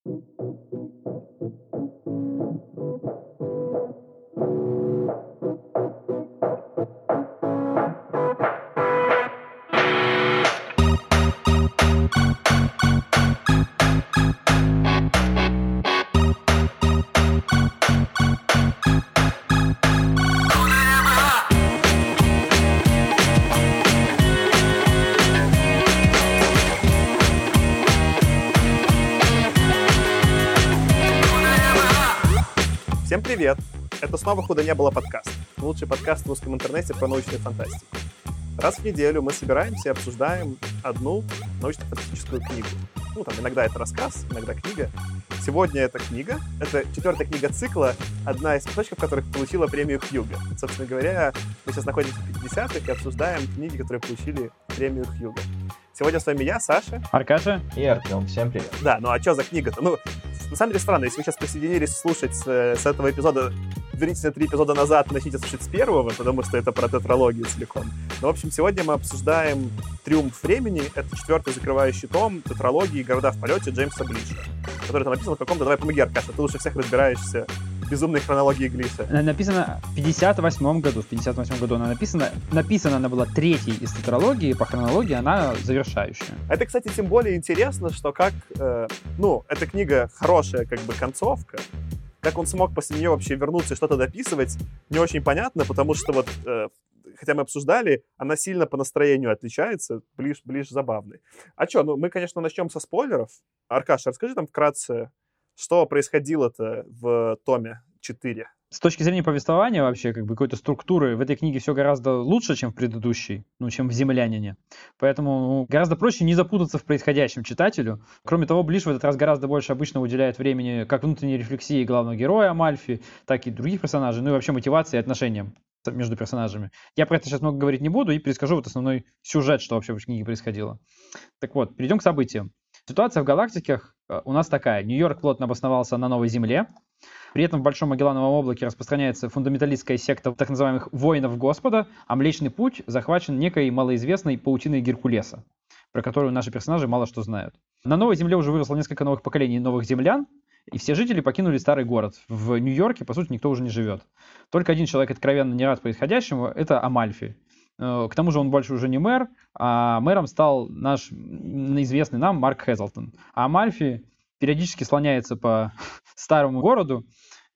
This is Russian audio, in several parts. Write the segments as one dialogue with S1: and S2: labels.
S1: Всем привет! Это снова «Худо не было» подкаст. Лучший подкаст в русском интернете про научную фантастику. Раз в неделю мы собираемся и обсуждаем одну научно-фантастическую книгу. Иногда это рассказ, иногда книга. Сегодня это книга. Это 4-я книга цикла, одна из кусочков которых получила премию Хьюго. Собственно говоря, мы сейчас находимся в 50-х и обсуждаем книги, которые получили премию Хьюго. Сегодня с вами я, Саша.
S2: Аркаша.
S3: И Артем. Всем привет.
S1: Да, а что за книга-то? На самом деле странно, если вы сейчас присоединились слушать с этого эпизода, верните на 3 эпизода назад и начните слушать с первого, потому что это про тетралогию целиком. В общем, сегодня мы обсуждаем «Триумф времени». Это 4-й закрывающий том тетралогии «Города в полете» Джеймса Глиша, который там написан в каком-то... Давай помоги, Аркаша, ты лучше всех разбираешься в безумной хронологии Глиша.
S2: Написано в 58 году. В 58 году она написана. Написана она была 3-й из тетралогии, по хронологии она завершающая.
S1: Это, кстати, тем более интересно, что эта книга хорошая концовка. Как он смог после нее вообще вернуться и что-то дописывать, не очень понятно, потому что хотя мы обсуждали, она сильно по настроению отличается, ближе забавный. Мы, конечно, начнем со спойлеров. Аркаша, расскажи там вкратце, что происходило-то в томе 4.
S2: С точки зрения повествования вообще, какой-то структуры, в этой книге все гораздо лучше, чем в предыдущей, чем в «Землянине». Поэтому гораздо проще не запутаться в происходящем читателю. Кроме того, Блиш в этот раз гораздо больше обычно уделяет времени как внутренней рефлексии главного героя Амальфи, так и других персонажей, и вообще мотивации и отношениям между персонажами. Я про это сейчас много говорить не буду и перескажу основной сюжет, что вообще в книге происходило. Так вот, перейдем к событиям. Ситуация в галактиках у нас такая. Нью-Йорк плотно обосновался на новой Земле. При этом в Большом Магеллановом облаке распространяется фундаменталистская секта так называемых воинов Господа, а Млечный Путь захвачен некой малоизвестной паутиной Геркулеса, про которую наши персонажи мало что знают. На новой Земле уже выросло несколько новых поколений новых землян, и все жители покинули старый город. В Нью-Йорке, по сути, никто уже не живет. Только один человек откровенно не рад происходящему – это Амальфи. К тому же он больше уже не мэр, а мэром стал наш известный нам Марк Хезлтон. А Амальфи периодически слоняется по старому городу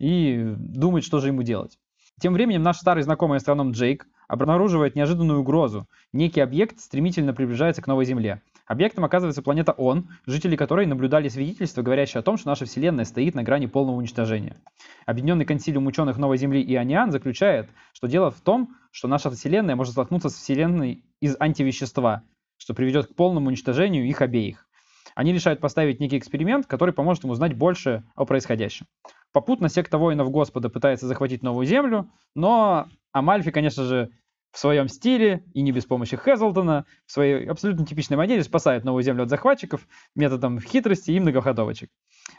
S2: и думает, что же ему делать. Тем временем наш старый знакомый астроном Джейк обнаруживает неожиданную угрозу. Некий объект стремительно приближается к новой Земле. Объектом оказывается планета Он, жители которой наблюдали свидетельства, говорящие о том, что наша Вселенная стоит на грани полного уничтожения. Объединенный консилиум ученых Новой Земли Иониан заключает, что дело в том, что наша Вселенная может столкнуться с Вселенной из антивещества, что приведет к полному уничтожению их обеих. Они решают поставить некий эксперимент, который поможет им узнать больше о происходящем. Попутно секта воинов Господа пытается захватить новую Землю, но Амальфи, конечно же, в своем стиле и не без помощи Хезлтона, в своей абсолютно типичной манере спасает новую Землю от захватчиков методом хитрости и многоходовочек.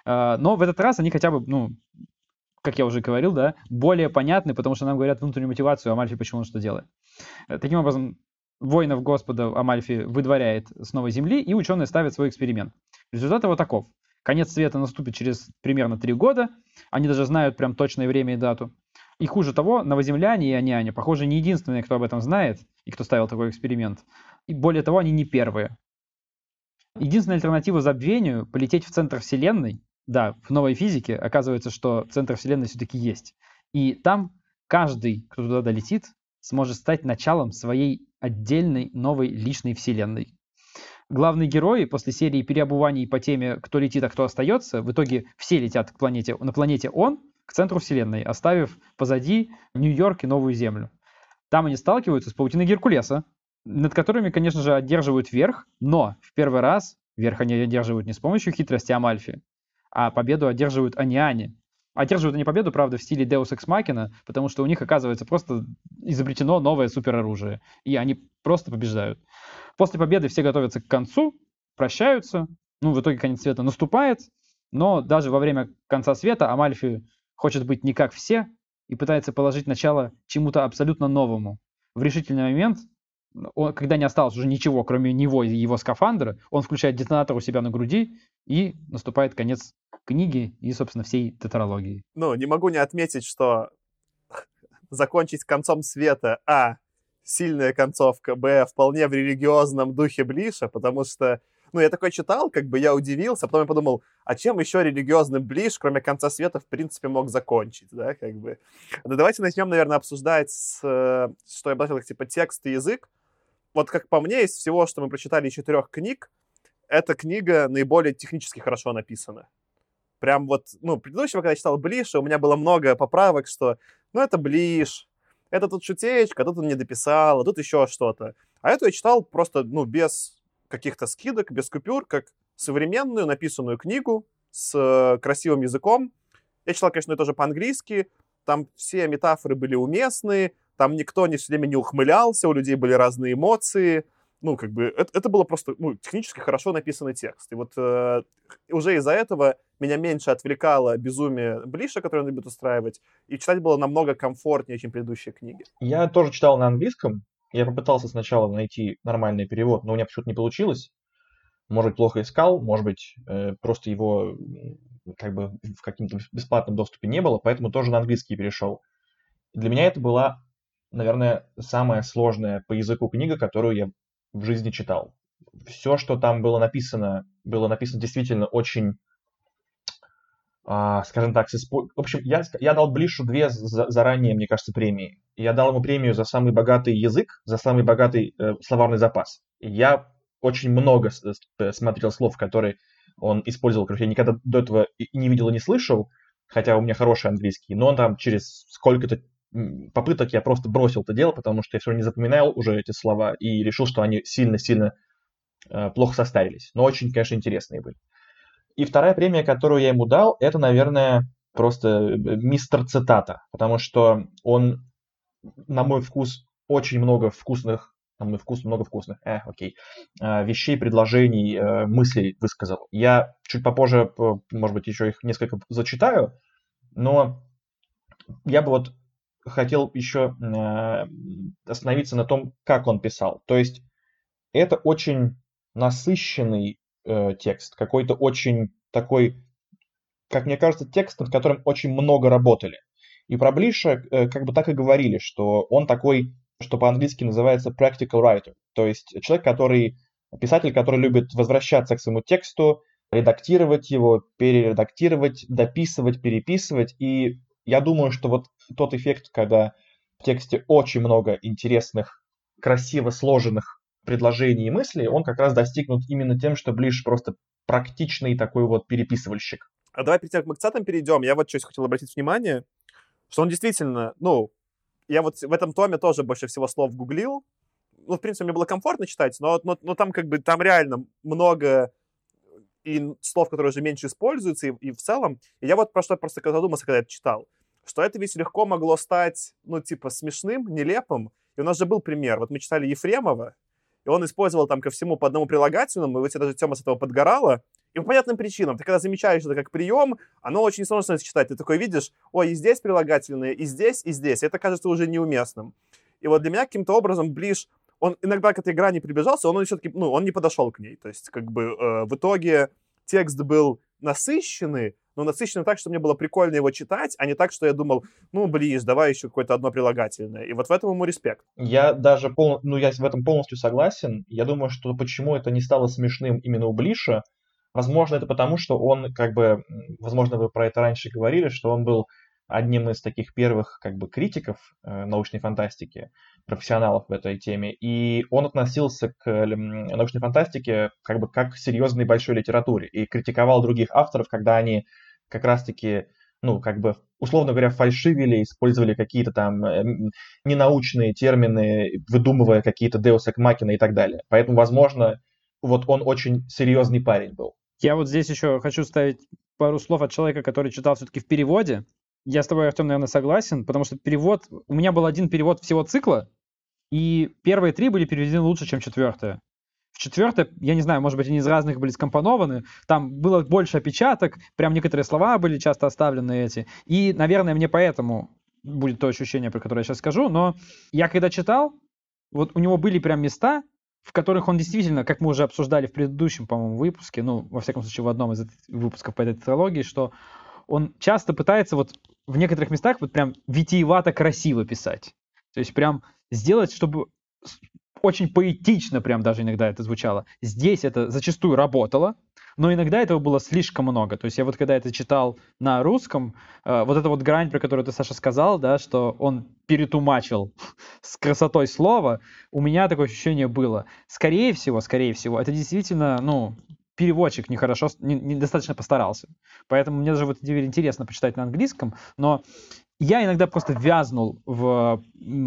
S2: Но в этот раз они хотя бы, как я уже говорил, более понятны, потому что нам говорят внутреннюю мотивацию Амальфи, почему он что делает. Таким образом, воинов Господа Амальфи выдворяет с новой Земли, и ученые ставят свой эксперимент. Результат его таков. Конец света наступит через примерно 3 года. Они даже знают прям точное время и дату. И хуже того, новоземляне и Иониане, похоже, не единственные, кто об этом знает и кто ставил такой эксперимент. И более того, они не первые. Единственная альтернатива забвению — полететь в центр Вселенной. Да, в новой физике оказывается, что центр Вселенной все-таки есть. И там каждый, кто туда долетит, сможет стать началом своей отдельной новой личной Вселенной. Главные герои после серии переобуваний по теме «Кто летит, а кто остается», в итоге все летят на планете Он, к центру Вселенной, оставив позади Нью-Йорк и Новую Землю. Там они сталкиваются с паутиной Геркулеса, над которыми, конечно же, одерживают верх, но в первый раз верх они одерживают не с помощью хитрости Амальфи, а победу одерживают Иониане. Одерживают они победу, правда, в стиле Deus Ex Machina, потому что у них, оказывается, просто изобретено новое супероружие, и они просто побеждают. После победы все готовятся к концу, прощаются, в итоге конец света наступает, но даже во время конца света Амальфи хочет быть не как все и пытается положить начало чему-то абсолютно новому. В решительный момент, когда не осталось уже ничего, кроме него и его скафандра, он включает детонатор у себя на груди, и наступает конец книги и, собственно, всей тетралогии.
S1: Ну, не могу не отметить, что закончить концом света, сильная концовка, вполне в религиозном духе Блиша, потому что, я такой читал, я удивился, а потом я подумал, а чем еще религиозный Блиш, кроме конца света, в принципе, мог закончить, да, Да давайте начнем, наверное, обсуждать, что я бы назвал, текст и язык. Вот как по мне, из всего, что мы прочитали из 4 книг, эта книга наиболее технически хорошо написана. Прям предыдущего, когда я читал Блиша, у меня было много поправок, что, это Блиш, это тут шутеечка, тут он не дописал, а тут еще что-то. А эту я читал просто, без каких-то скидок, без купюр, как современную написанную книгу с красивым языком. Я читал, конечно, тоже по-английски, там все метафоры были уместные, там никто все время не ухмылялся, у людей были разные эмоции. Это было просто, технически хорошо написанный текст. И уже из-за этого меня меньше отвлекало безумие Блиша, которое он любит устраивать, и читать было намного комфортнее, чем предыдущие книги.
S3: Я тоже читал на английском. Я попытался сначала найти нормальный перевод, но у меня почему-то не получилось. Может быть, плохо искал, может быть, просто его в каком-то бесплатном доступе не было, поэтому тоже на английский перешел. И для меня это была, наверное, самая сложная по языку книга, которую я в жизни читал. Все, что там было написано действительно очень, скажем так, в общем, я дал Блишу 2 заранее, мне кажется, премии. Я дал ему премию за самый богатый язык, за самый богатый словарный запас. Я очень много смотрел слов, которые он использовал, которых я никогда до этого и не видел и не слышал, хотя у меня хороший английский, но он там через сколько-то попыток я просто бросил это дело, потому что я все равно не запоминал уже эти слова и решил, что они сильно-сильно плохо состарились. Но очень, конечно, интересные были. И вторая премия, которую я ему дал, это, наверное, просто мистер цитата, потому что он, на мой вкус, очень много вкусных, вещей, предложений, мыслей высказал. Я чуть попозже, может быть, еще их несколько зачитаю, но я бы хотел еще остановиться на том, как он писал. То есть это очень насыщенный текст, какой-то очень такой, как мне кажется, текст, над которым очень много работали. И про Блиша так и говорили, что он такой, что по-английски называется practical writer, то есть писатель, который любит возвращаться к своему тексту, редактировать его, перередактировать, дописывать, переписывать. И я думаю, что тот эффект, когда в тексте очень много интересных, красиво сложенных предложений и мыслей, он как раз достигнут именно тем, что Блиш просто практичный такой переписывальщик.
S1: А давай перед тем, как мы к цитатам перейдем, я что хотел обратить внимание, что он действительно, я в этом томе тоже больше всего слов гуглил. В принципе, мне было комфортно читать, но там там реально много и слов, которые уже меньше используются, и в целом. И я про что просто задумался, когда это читал, что это ведь легко могло стать, смешным, нелепым. И у нас же был пример. Мы читали Ефремова, и он использовал там ко всему по одному прилагательному, и даже тема с этого подгорала. И по понятным причинам. Ты когда замечаешь это как прием, оно очень сложно читать. Ты такой видишь, и здесь прилагательные, и здесь, и здесь. Это кажется уже неуместным. И для меня каким-то образом Блиш, он иногда к этой грани приближался, он все-таки, он не подошел к ней. То есть, в итоге текст был насыщенный, но насыщенный так, что мне было прикольно его читать, а не так, что я думал, Блиш, давай еще какое-то одно прилагательное. И в этом ему респект.
S3: Я даже я в этом полностью согласен. Я думаю, что почему это не стало смешным именно у Блиша, возможно, это потому, что он возможно, вы про это раньше говорили, что он был одним из таких первых критиков научной фантастики, профессионалов в этой теме, и он относился к научной фантастике как к серьезной большой литературе и критиковал других авторов, когда они как раз-таки, условно говоря, фальшивили, использовали какие-то там ненаучные термины, выдумывая какие-то Deus Ex Machina и так далее. Поэтому, возможно, он очень серьезный парень был.
S2: Я здесь еще хочу ставить пару слов от человека, который читал все-таки в переводе. Я с тобой, Артем, наверное, согласен, потому что у меня был один перевод всего цикла, и первые 3 были переведены лучше, чем 4-я. В 4-й, я не знаю, может быть, они из разных были скомпонованы, там было больше опечаток, прям некоторые слова были часто оставлены эти, и, наверное, мне поэтому будет то ощущение, про которое я сейчас скажу, но я когда читал, у него были прям места, в которых он действительно, как мы уже обсуждали в предыдущем, по-моему, выпуске, ну, во всяком случае, в одном из выпусков по этой трилогии, что он часто пытается вот в некоторых местах вот прям витиевато красиво писать. То есть прям сделать, чтобы очень поэтично прям даже иногда это звучало. Здесь это зачастую работало, но иногда этого было слишком много. То есть я вот когда это читал на русском, вот эта вот грань, про которую ты, Саша, сказал, да, что он перетумачил с красотой слова, у меня такое ощущение было. Скорее всего, это действительно, ну, переводчик недостаточно постарался. Поэтому мне даже вот теперь интересно почитать на английском, но я иногда просто вязнул в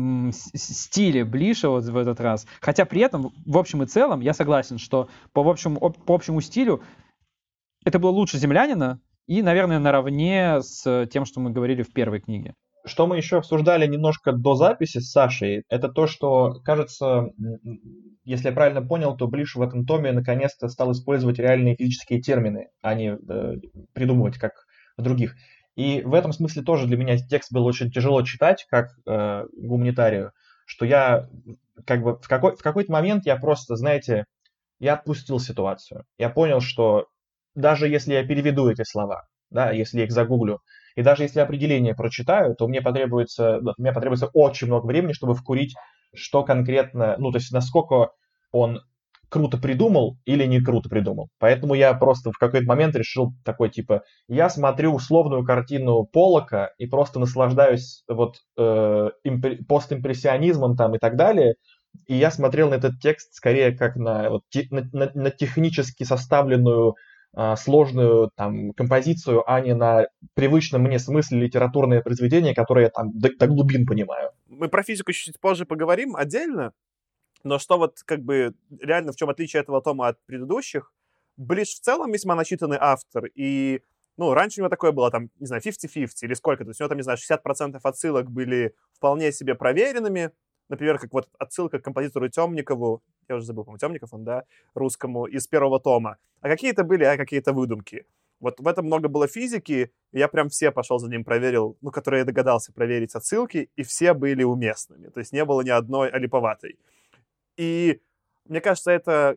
S2: стиле Блиша вот в этот раз. Хотя при этом, в общем и целом, я согласен, что по общему стилю это было лучше «Землянина» и, наверное, наравне с тем, что мы говорили в первой книге.
S3: Что мы еще обсуждали немножко до записи с Сашей, это то, что, кажется, если я правильно понял, то Блиш в этом томе наконец-то стал использовать реальные физические термины, а не придумывать, как в других. И в этом смысле тоже для меня текст был очень тяжело читать, как гуманитарию, что я как бы в какой-то момент я просто, знаете, я отпустил ситуацию. Я понял, что даже если я переведу эти слова, да, если я их загуглю, и даже если определение прочитаю, то мне потребуется очень много времени, чтобы вкурить, что конкретно, ну, то есть насколько он круто придумал или не круто придумал. Поэтому я просто в какой-то момент решил такой, типа, я смотрю условную картину Поллока и просто наслаждаюсь вот постимпрессионизмом там и так далее. И я смотрел на этот текст скорее как на технически составленную сложную там композицию, а не на привычном мне смысле литературное произведение, которое я там до глубин понимаю.
S1: Мы про физику чуть позже поговорим отдельно, но что вот как бы реально в чем отличие этого тома от предыдущих? Блиш в целом весьма начитанный автор, и ну, раньше у него такое было, там, не знаю, 50-50 или сколько, то есть у него там, не знаю, 60% отсылок были вполне себе проверенными, например, как вот отсылка к композитору Темникову, я уже забыл, по-моему, Темников он, да, русскому, из первого тома. А какие-то были, какие-то выдумки. Вот в этом много было физики, и я прям все пошел за ним, проверил, ну, которые я догадался проверить отсылки, и все были уместными. То есть не было ни одной олиповатой. И мне кажется, это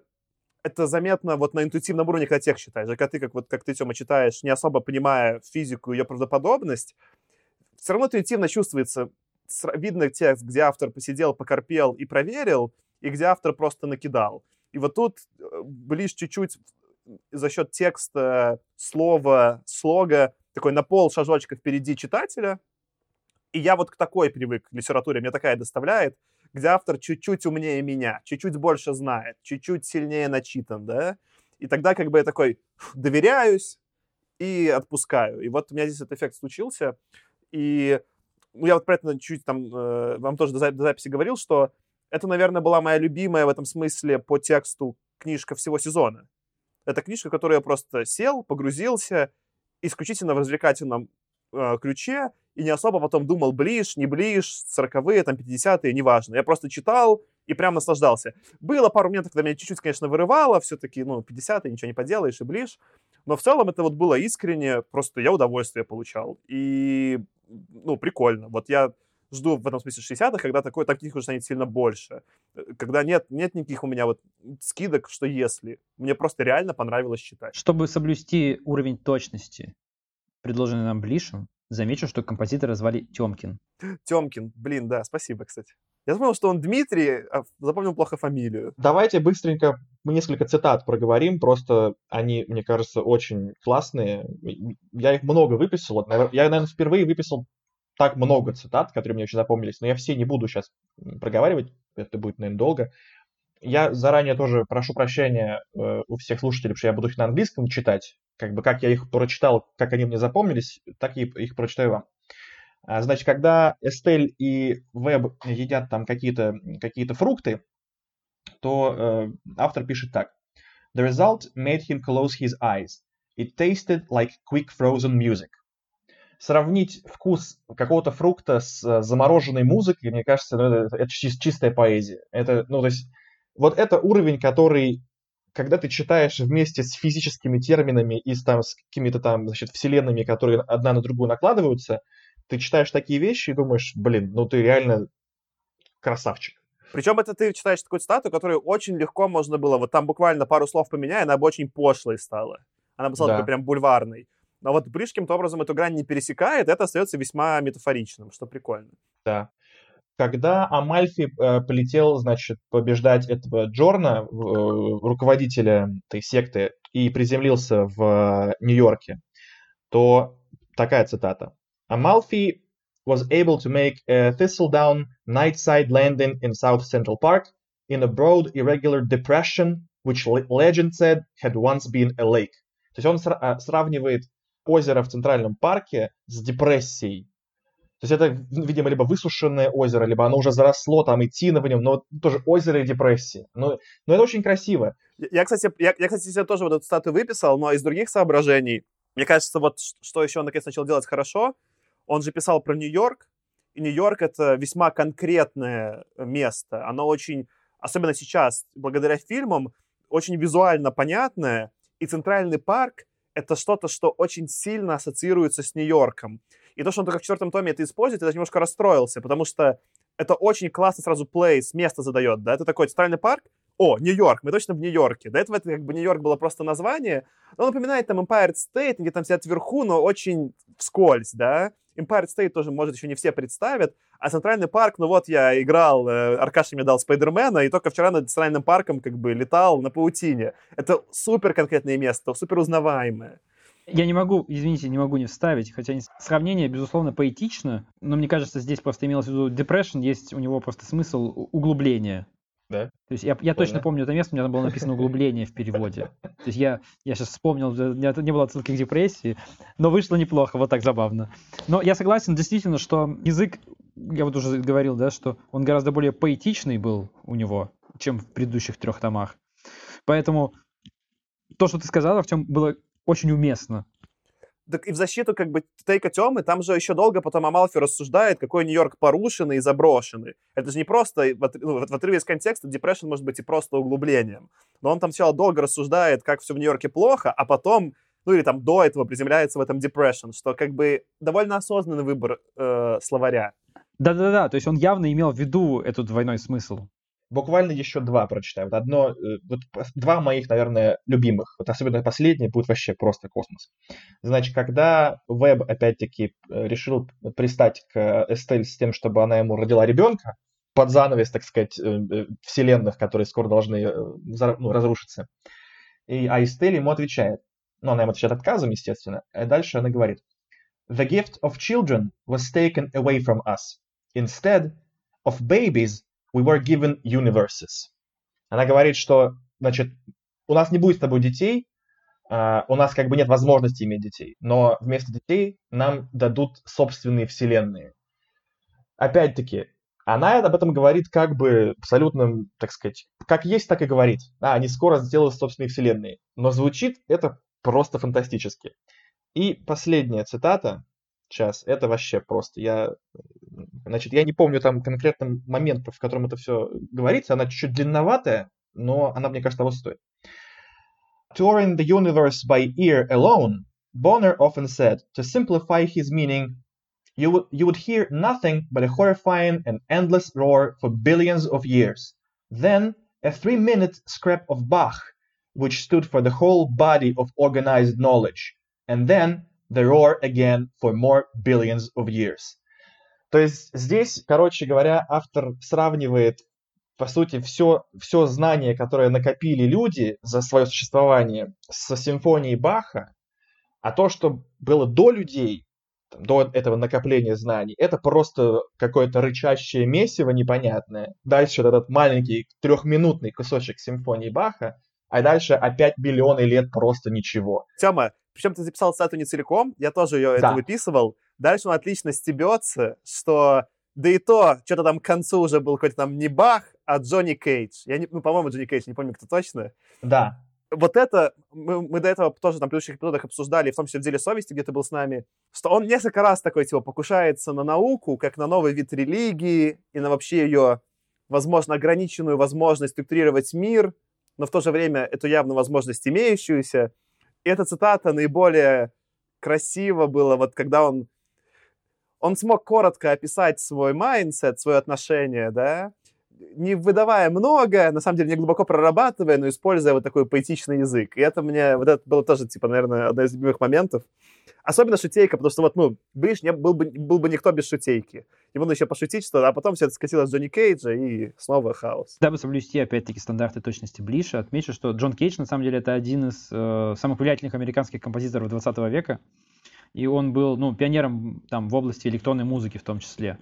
S1: заметно вот на интуитивном уровне, когда текст читаешь. Когда ты, как ты, Тёма, читаешь, не особо понимая физику и ее правдоподобность, все равно интуитивно чувствуется, видно текст, где автор посидел, покорпел и проверил, и где автор просто накидал. И вот тут Блиш чуть-чуть за счет текста, слога, такой на пол шажочка впереди читателя. И я вот к такой привык к литературе, мне такая доставляет, где автор чуть-чуть умнее меня, чуть-чуть больше знает, чуть-чуть сильнее начитан, да? И тогда как бы я такой доверяюсь и отпускаю. И вот у меня здесь этот эффект случился. И ну, я вот про это чуть там вам тоже до записи говорил, что это, наверное, была моя любимая в этом смысле по тексту книжка всего сезона. Это книжка, в которую я просто сел, погрузился исключительно в развлекательном ключе и не особо потом думал, Блиш, не Блиш, 40-е, там, 50-е, неважно. Я просто читал и прям наслаждался. Было пару моментов, когда меня чуть-чуть, конечно, вырывало, все-таки, ну, 50-е, ничего не поделаешь, и Блиш. Но в целом это вот было искренне, просто я удовольствие получал. И, ну, прикольно. Вот я жду в этом смысле 60-х, когда таких уже станет сильно больше. Когда нет никаких у меня вот скидок, что если. Мне просто реально понравилось читать.
S2: Чтобы соблюсти уровень точности, предложенный нам Блишем, замечу, что композитора звали Тёмкин.
S1: Тёмкин, блин, да, спасибо, кстати. Я думал, что он Дмитрий, а запомнил плохо фамилию.
S3: Давайте быстренько мы несколько цитат проговорим, просто они, мне кажется, очень классные. Я их много выписал. Я, наверное, впервые выписал так много цитат, которые мне очень запомнились, но я все не буду сейчас проговаривать, это будет, наверное, долго. Я заранее тоже прошу прощения у всех слушателей, потому что я буду их на английском читать. Как я их прочитал, как они мне запомнились, так я их прочитаю вам. Значит, когда Эстель и Веб едят там какие-то фрукты, то автор пишет так. The result made him close his eyes. It tasted like quick frozen music. Сравнить вкус какого-то фрукта с замороженной музыкой, мне кажется, это чистая поэзия. Это, ну, то есть, вот это уровень, который, когда ты читаешь вместе с физическими терминами и с какими-то там, значит, вселенными, которые одна на другую накладываются, ты читаешь такие вещи и думаешь, блин, ну ты реально красавчик.
S1: Причем это ты читаешь такую цитату, которую очень легко можно было, вот там буквально пару слов поменяй, она бы очень пошлой стала. Она бы стала такой прям бульварной. Но вот Бридж каким-то образом эту грань не пересекает, это остается весьма метафоричным, что прикольно.
S3: Да. Когда Амальфи полетел, значит, побеждать этого Джорна, руководителя этой секты, и приземлился в Нью-Йорке, то такая цитата. Amalfi was able to make a Thistledown night-side landing in South Central Park in a broad, irregular depression, which legend said had once been a lake. То есть он сравнивает озеро в Центральном парке с депрессией. То есть это, видимо, либо высушенное озеро, либо оно уже заросло, там и тина в нем, но тоже озеро и депрессия. Но это очень красиво.
S1: Я, кстати, себе тоже вот эту статую выписал, но из других соображений, мне кажется, вот что еще он наконец начал делать хорошо, он же писал про Нью-Йорк, и Нью-Йорк — это весьма конкретное место. Оно очень, особенно сейчас, благодаря фильмам, очень визуально понятное, и Центральный парк — это что-то, что очень сильно ассоциируется с Нью-Йорком. И то, что он только в 4-м томе это использует, я даже немножко расстроился, потому что это очень классно сразу плейс, место задает, да, это такой Центральный парк, о, Нью-Йорк, мы точно в Нью-Йорке. До этого это как бы Нью-Йорк было просто название, но он напоминает там Empire State, где там сидят вверху, но очень вскользь, да. Empire State тоже, может, еще не все представят, а Центральный парк, ну вот я играл, Аркаша мне дал Спайдермена, и только вчера над Центральным парком как бы летал на паутине. Это супер конкретное место, супер узнаваемое.
S2: Я не могу, извините, не могу не вставить, хотя сравнение, безусловно, поэтично, но мне кажется, здесь просто имелось в виду depression, есть у него просто смысл углубления.
S3: Да?
S2: То есть я точно помню это место, у меня там было написано углубление в переводе. То есть я сейчас вспомнил, у меня не было отсылки к депрессии, но вышло неплохо, вот так забавно. Но я согласен действительно, что язык, я вот уже говорил, да, что он гораздо более поэтичный был у него, чем в предыдущих 3 томах. Поэтому то, что ты сказал, Артем, было очень уместно.
S1: Так и в защиту как бы Тейка Тёмы, там же еще долго потом Амалфи рассуждает, какой Нью-Йорк порушенный и заброшенный. Это же не просто, в отрыве из контекста, депрессион может быть и просто углублением. Но он там сначала долго рассуждает, как все в Нью-Йорке плохо, а потом, ну или там до этого приземляется в этом depression, что как бы довольно осознанный выбор словаря.
S2: Да-да-да, то есть он явно имел в виду этот двойной смысл.
S3: Буквально еще 2 прочитаю. Вот 2 моих, наверное, любимых. Вот особенно последнее будет вообще просто космос. Значит, когда Веб опять-таки решил пристать к Эстель с тем, чтобы она ему родила ребенка, под занавес, так сказать, вселенных, которые скоро должны разрушиться. А Эстель ему отвечает. Она ему отвечает отказом, естественно. А дальше она говорит. The gift of children was taken away from us. Instead of babies, we were given universes. Она говорит, что, значит, у нас не будет с тобой детей, у нас как бы нет возможности иметь детей, но вместо детей нам дадут собственные вселенные. Опять-таки, она об этом говорит как бы абсолютно, так сказать, как есть, так и говорит. Они скоро сделают собственные вселенные. Но звучит это просто фантастически. И последняя цитата. Сейчас, это вообще просто. Я не помню там конкретный момент, в котором это все говорится. Она чуть-чуть длинноватая, но она, мне кажется, того стоит. Touring the universe by ear alone, Bonner often said, to simplify his meaning, you would hear nothing but a horrifying and endless roar for billions of years. Then, a 3-minute scrap of Bach, which stood for the whole body of organized knowledge. And then, the roar again for more billions of years. То есть здесь, короче говоря, автор сравнивает, по сути, все знание, которое накопили люди за свое существование, со симфонией Баха, а то, что было до людей, до этого накопления знаний, это просто какое-то рычащее месиво непонятное. Дальше этот маленький 3-минутный кусочек симфонии Баха, а дальше опять миллионы лет просто ничего.
S1: Тёма, причем ты записал цитату не целиком, я тоже ее это выписывал. Дальше он отлично стебется, что да и то, что-то там к концу уже был какой-то там не Бах, а Джонни Кейдж. По-моему, Джонни Кейдж, не помню, кто точно.
S3: Да.
S1: Вот это мы до этого тоже там в предыдущих эпизодах обсуждали, в том числе в «Деле совести», где ты был с нами, что он несколько раз такой, типа, покушается на науку, как на новый вид религии и на вообще ее, возможно, ограниченную возможность структурировать мир, но в то же время эту явно возможность имеющуюся. И эта цитата наиболее красиво была, вот когда он смог коротко описать свой майндсет, свое отношение, да, не выдавая много, на самом деле не глубоко прорабатывая, но используя вот такой поэтичный язык. И это мне, вот это было тоже, типа, наверное, одно из любимых моментов. Особенно шутейка, потому что вот, ну, Блиш был бы никто без шутейки. Ему нужно еще пошутить что-то, а потом все это скатилось с Джонни Кейджа, и снова хаос.
S2: Дабы соблюсти, опять-таки, стандарты точности Блиша, отмечу, что Джон Кейдж, на самом деле, это один из самых влиятельных американских композиторов 20 века, и он был, ну, пионером там в области электронной музыки в том числе.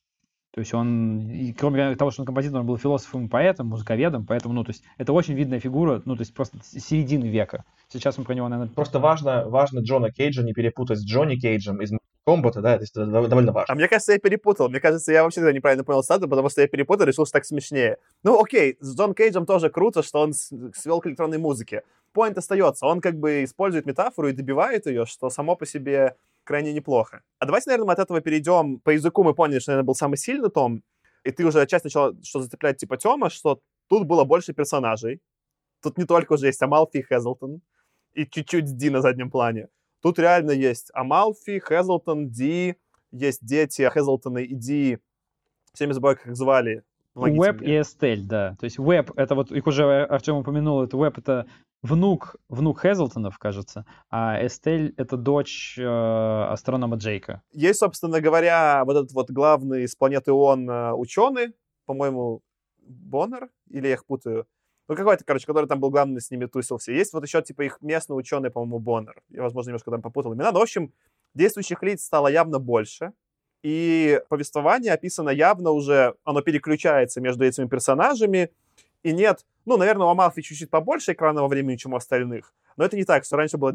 S2: То есть он, и кроме того, что он композитор, он был философом и поэтом, музыковедом, поэтому, ну, то есть это очень видная фигура, ну, то есть просто с середины века. Сейчас мы про него, наверное...
S3: Просто важно Джона Кейджа не перепутать с Джонни Кейджем из Комбата, да, то есть это довольно важно.
S1: А мне кажется, я перепутал. Мне кажется, я вообще неправильно понял статус, потому что я перепутал, решил, что так смешнее. Ну, окей, с Джон Кейджем тоже круто, что он свел к электронной музыке. Поинт остается. Он как бы использует метафору и добивает ее, что само по себе крайне неплохо. А давайте, наверное, мы от этого перейдем. По языку мы поняли, что, наверное, был самый сильный том, и ты уже отчасти начала что зацеплять типа Тёма, что тут было больше персонажей. Тут не только уже есть Амалфи и Хэзлтон, и чуть-чуть Ди на заднем плане. Тут реально есть Амалфи, Хэзлтон, Ди, есть дети Хэзлтона и Ди. Всеми забываю, как их звали.
S2: Уэб и Эстель, да. То есть Уэб, это вот, их уже Артем упомянул, это Уэб, это внук Хэзлтонов, кажется, а Эстель — это дочь астронома Джейка.
S1: Есть, собственно говоря, вот этот вот главный с планеты ООН ученый, по-моему, Боннер, или я их путаю? Ну, какой-то, короче, который там был главный, с ними тусился. Есть вот еще, типа, их местный ученый, по-моему, Боннер. Я, возможно, немножко там попутал имена. Но, в общем, действующих лиц стало явно больше. И повествование описано явно уже, оно переключается между этими персонажами. И нет, ну, наверное, у Амалфи чуть-чуть побольше экранного времени, чем у остальных. Но это не так, что раньше было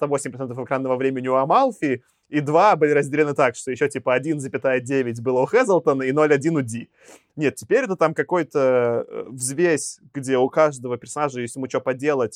S1: 98% экранного времени у Амалфи, и 2 были разделены так, что еще типа 1,9 было у Хэзлтона и 0,1 у Ди. Нет, теперь это там какой-то взвесь, где у каждого персонажа есть ему что поделать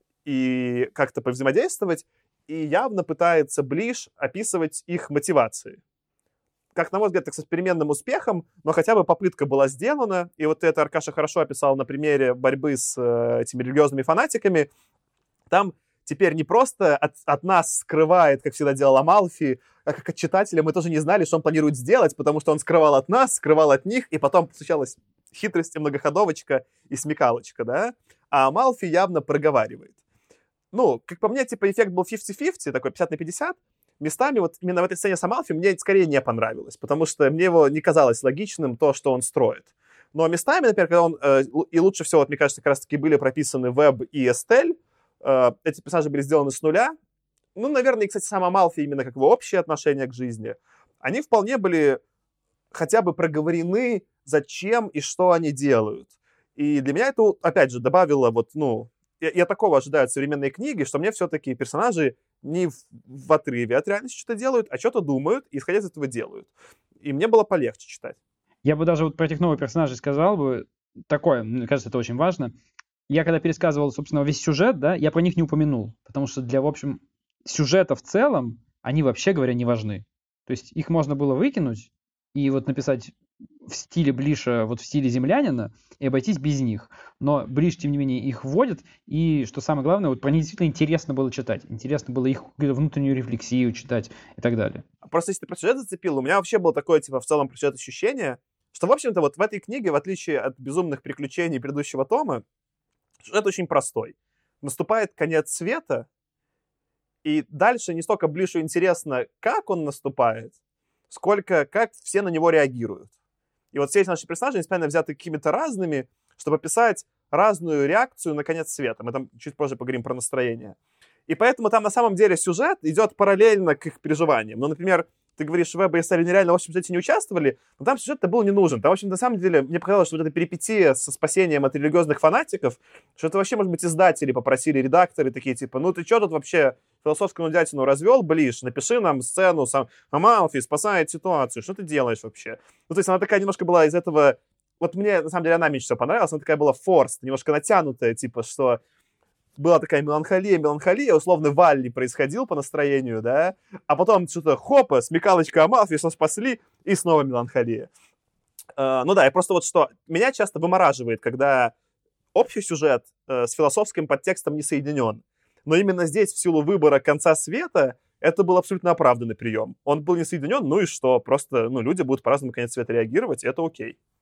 S1: и как-то повзаимодействовать, и явно пытается Блиш описывать их мотивации. Как, на мой взгляд, так с переменным успехом, но хотя бы попытка была сделана, и вот это Аркаша хорошо описал на примере борьбы с этими религиозными фанатиками. Там теперь не просто от нас скрывает, как всегда делал Амалфи, а как от читателя мы тоже не знали, что он планирует сделать, потому что он скрывал от нас, скрывал от них, и потом случалась хитрость и многоходовочка и смекалочка, да? А Амалфи явно проговаривает. Ну, как по мне, типа эффект был 50-50, такой 50/50. Местами вот именно в этой сцене с Амалфи мне скорее не понравилось, потому что мне его не казалось логичным то, что он строит. Но местами, например, когда он... и лучше всего, вот, мне кажется, как раз-таки были прописаны Веб и Эстель, эти персонажи были сделаны с нуля. Ну, наверное, и, кстати, сам Амалфи, именно как его общее отношение к жизни, они вполне были хотя бы проговорены, зачем и что они делают. И для меня это, опять же, добавило вот, ну... Я такого ожидаю от современной книги, что мне все-таки персонажи не в отрыве от реальности что-то делают, а что-то думают и, исходя из этого, делают. И мне было полегче читать.
S2: Я бы даже вот про этих новых персонажей сказал бы такое, мне кажется, это очень важно. Я когда пересказывал, собственно, весь сюжет, да, я про них не упомянул, потому что для, в общем, сюжета в целом они, вообще говоря, не важны. То есть их можно было выкинуть и вот написать в стиле Блиша, вот в стиле землянина, и обойтись без них. Но Блиш, тем не менее, их вводит, и, что самое главное, вот про них действительно интересно было читать. Интересно было их внутреннюю рефлексию читать и так далее.
S1: Просто если ты про сюжет зацепил, у меня вообще было такое, типа, в целом про сюжет ощущение, что, в общем-то, вот в этой книге, в отличие от безумных приключений предыдущего тома, сюжет очень простой. Наступает конец света, и дальше не столько Блишу интересно, как он наступает, сколько как все на него реагируют. И вот все эти наши персонажи, несмотря взяты какими-то разными, чтобы описать разную реакцию на конец света. Мы там чуть позже поговорим про настроение. И поэтому там на самом деле сюжет идет параллельно к их переживаниям. Ну, например, ты говоришь, Веб и Эстель нереально в общем сюжете не участвовали, но там сюжет-то был не нужен. Там, в общем, на самом деле, мне показалось, что вот эта перипетия со спасением от религиозных фанатиков, что это вообще, может быть, издатели попросили, редакторы такие, типа, ну ты что тут вообще философскую нудятину развел, Блиш, напиши нам сцену, сам Амалфи спасает ситуацию, что ты делаешь вообще? Ну, то есть она такая немножко была из этого... Вот мне, на самом деле, она меньше всего понравилась, она такая была форс, немножко натянутая, типа, что... Была такая меланхолия, условно, Валли происходил по настроению, да, а потом что-то хопа, смекалочка Амалфи, что спасли, и снова меланхолия. Ну да, и просто вот что, меня часто вымораживает, когда общий сюжет с философским подтекстом не соединен. Но именно здесь, в силу выбора конца света, это был абсолютно оправданный прием. Он был не соединен, ну и что, просто, ну, люди будут по-разному на конец света реагировать, и это окей.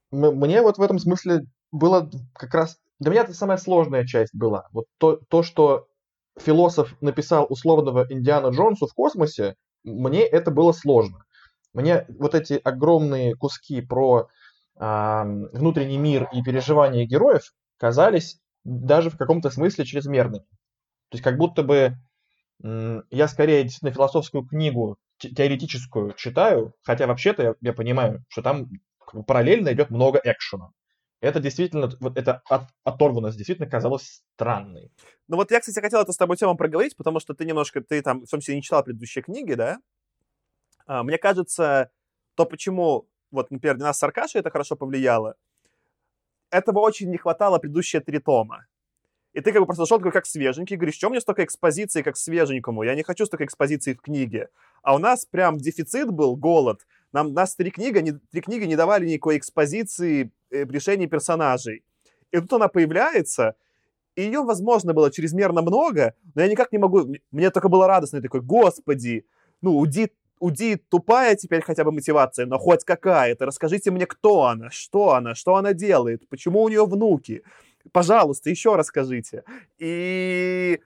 S3: мне вот в этом смысле было как раз... Для меня это самая сложная часть была. Вот то, что философ написал условного Индиана Джонса в космосе, мне это было сложно. Мне вот эти огромные куски про внутренний мир и переживания героев казались даже в каком-то смысле чрезмерными. То есть как будто бы я скорее действительно философскую книгу теоретическую читаю, хотя вообще-то я понимаю, что там параллельно идет много экшена. Это действительно, вот эта оторванность действительно казалась странной.
S1: Ну вот я, кстати, хотел это с тобой, Тёма, проговорить, потому что ты там, в том числе, не читал предыдущие книги, да? Мне кажется, то, почему, вот, например, для нас с Аркашей это хорошо повлияло, этого очень не хватало предыдущие 3 тома. И ты как бы просто зашел такой, как свеженький, говоришь, что мне столько экспозиции, как свеженькому? Я не хочу столько экспозиции в книге. А у нас прям дефицит был, голод. Нас 3 книги не давали никакой экспозиции решений персонажей. И тут она появляется, и ее, возможно, было чрезмерно много, но я никак не могу... Мне только было радостно, я такой, господи, ну, Уди тупая теперь хотя бы мотивация, но хоть какая-то. Расскажите мне, кто она, что она делает, почему у нее внуки. Пожалуйста, еще расскажите. И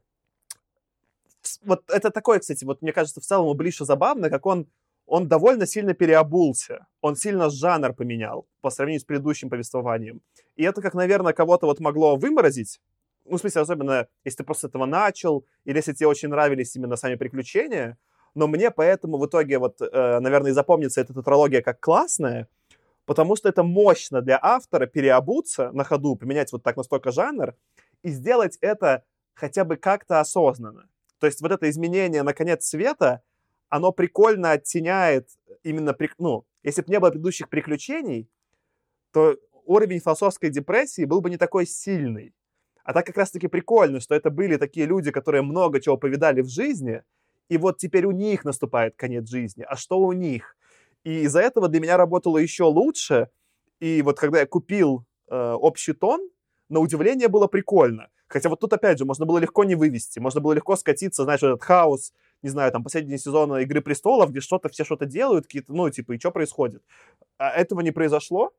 S1: вот это такое, кстати, вот мне кажется, в целом у Блиша забавно, как он довольно сильно переобулся. Он сильно жанр поменял по сравнению с предыдущим повествованием. И это, как, наверное, кого-то вот могло выморозить. Ну, в смысле, особенно, если ты после этого начал, или если тебе очень нравились именно сами приключения. Но мне поэтому в итоге, вот, наверное, и запомнится эта тетралогия как классная, потому что это мощно для автора переобуться на ходу, поменять вот так настолько жанр и сделать это хотя бы как-то осознанно. То есть вот это изменение на конец света, оно прикольно оттеняет именно... Ну, если бы не было предыдущих приключений, то уровень философской депрессии был бы не такой сильный. А так как раз-таки прикольно, что это были такие люди, которые много чего повидали в жизни, и вот теперь у них наступает конец жизни. А что у них? И из-за этого для меня работало еще лучше. И вот когда я купил общий тон, на удивление было прикольно. Хотя вот тут, опять же, можно было легко не вывести. Можно было легко скатиться, знаешь, в этот хаос, не знаю, там, последний сезон «Игры престолов», где все что-то делают, какие-то, ну, типа, и что происходит? А этого не произошло.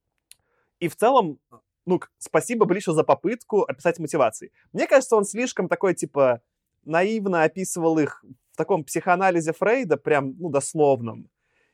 S1: И в целом, ну, спасибо Блишу за попытку описать мотивации. Мне кажется, он слишком такой, типа, наивно описывал их в таком психоанализе Фрейда, прям, ну, дословном.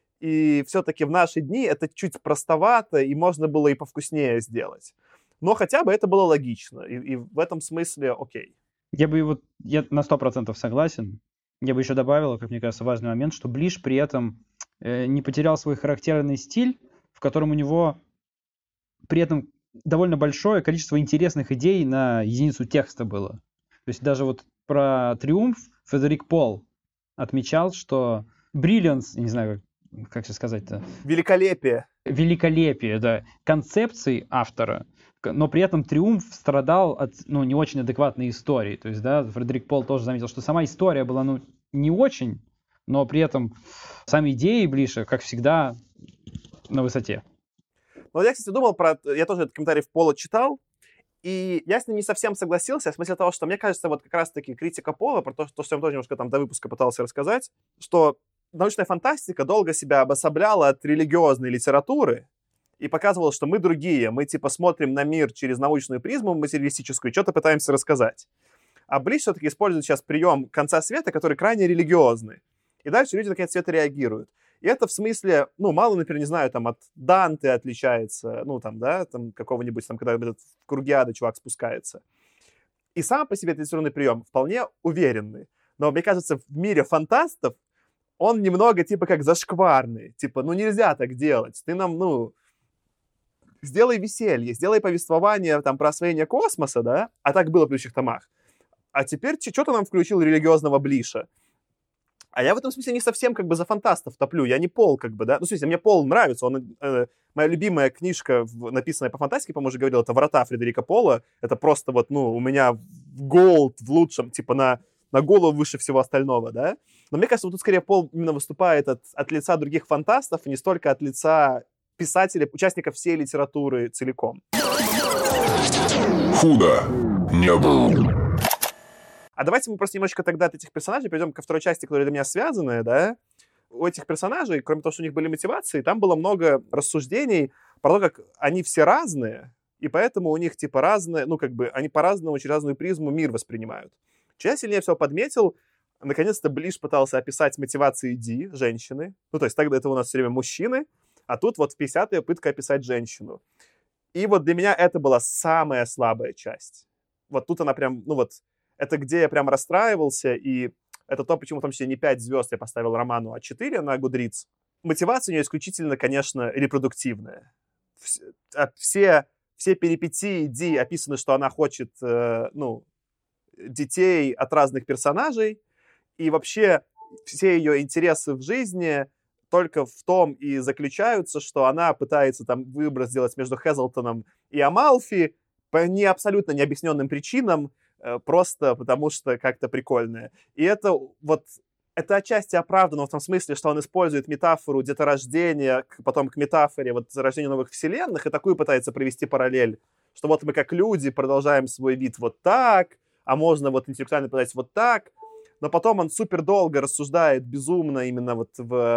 S1: И все-таки в наши дни это чуть простовато, и можно было и повкуснее сделать. Но хотя бы это было логично, и в этом смысле окей.
S2: Я на 100% согласен. Я бы еще добавил, как мне кажется, важный момент, что Блиш при этом не потерял свой характерный стиль, в котором у него при этом довольно большое количество интересных идей на единицу текста было. То есть даже вот про «Триумф» Фредерик Пол отмечал, что brilliance, не знаю, как сейчас сказать-то. Великолепие, да, концепций автора, но при этом «Триумф» страдал от, ну, не очень адекватной истории. То есть, да, Фредерик Пол тоже заметил, что сама история была, ну, не очень, но при этом сами идеи Блиша, как всегда, на высоте.
S1: Ну, я, кстати, думал я тоже этот комментарий в Пола читал, и я с ним не совсем согласился, в смысле того, что мне кажется, вот как раз-таки критика Пола, про то, что я тоже немножко там до выпуска пытался рассказать, что научная фантастика долго себя обособляла от религиозной литературы и показывала, что мы другие, мы типа смотрим на мир через научную призму материалистическую и что-то пытаемся рассказать. А Блиш все-таки использует сейчас прием конца света, который крайне религиозный. И дальше люди на конец света реагируют. И это в смысле, ну, мало, например, не знаю, там, от Данте отличается, ну, там, да, там, какого-нибудь, там, когда этот в круге ада чувак спускается. И сам по себе этот литературный прием вполне уверенный. Но, мне кажется, в мире фантастов он немного, типа, как зашкварный. Типа, ну, нельзя так делать. Ты нам, ну, сделай веселье, сделай повествование, там, про освоение космоса, да, а так было в предыдущих томах. А теперь что-то нам включил религиозного Блиша. А я в этом смысле не совсем как бы за фантастов топлю. Я не Пол как бы, да. Ну, в смысле, мне Пол нравится. Моя любимая книжка, написанная по фантастике, по-моему, уже говорил, это «Врата» Фредерика Пола. Это просто вот, ну, у меня голд в лучшем, типа на голову выше всего остального, да. Но мне кажется, вот тут скорее Пол именно выступает от лица других фантастов, и не столько от лица писателей, участников всей литературы целиком.
S4: Худо не было.
S1: А давайте мы просто немножечко тогда от этих персонажей перейдем ко второй части, которая для меня связанная, да. У этих персонажей, кроме того, что у них были мотивации, там было много рассуждений про то, как они все разные, и поэтому у них, типа, разные, ну, как бы, они по-разному, через разную призму мир воспринимают. Что я сильнее всего подметил, наконец-то Блиш пытался описать мотивации Ди, женщины. Ну, то есть тогда это у нас все время мужчины, а тут вот в 50-е попытка описать женщину. И вот для меня это была самая слабая часть. Вот тут она прям, ну вот, это где я прям расстраивался, и это то, почему в том числе не 5 звезд я поставил роману, а 4 на Goodreads. Мотивация у нее исключительно, конечно, репродуктивная. Все перипетии Ди описаны, что она хочет, детей от разных персонажей, и вообще все ее интересы в жизни только в том и заключаются, что она пытается там выбор сделать между Хезлтоном и Амалфи по абсолютно необъясненным причинам, просто потому что как-то прикольное. И это вот, это отчасти оправдано в том смысле, что он использует метафору деторождения, потом к метафоре вот зарождения новых вселенных, и такую пытается провести параллель, что вот мы как люди продолжаем свой вид вот так, а можно вот интеллектуально подать вот так, но потом он супер долго рассуждает безумно именно вот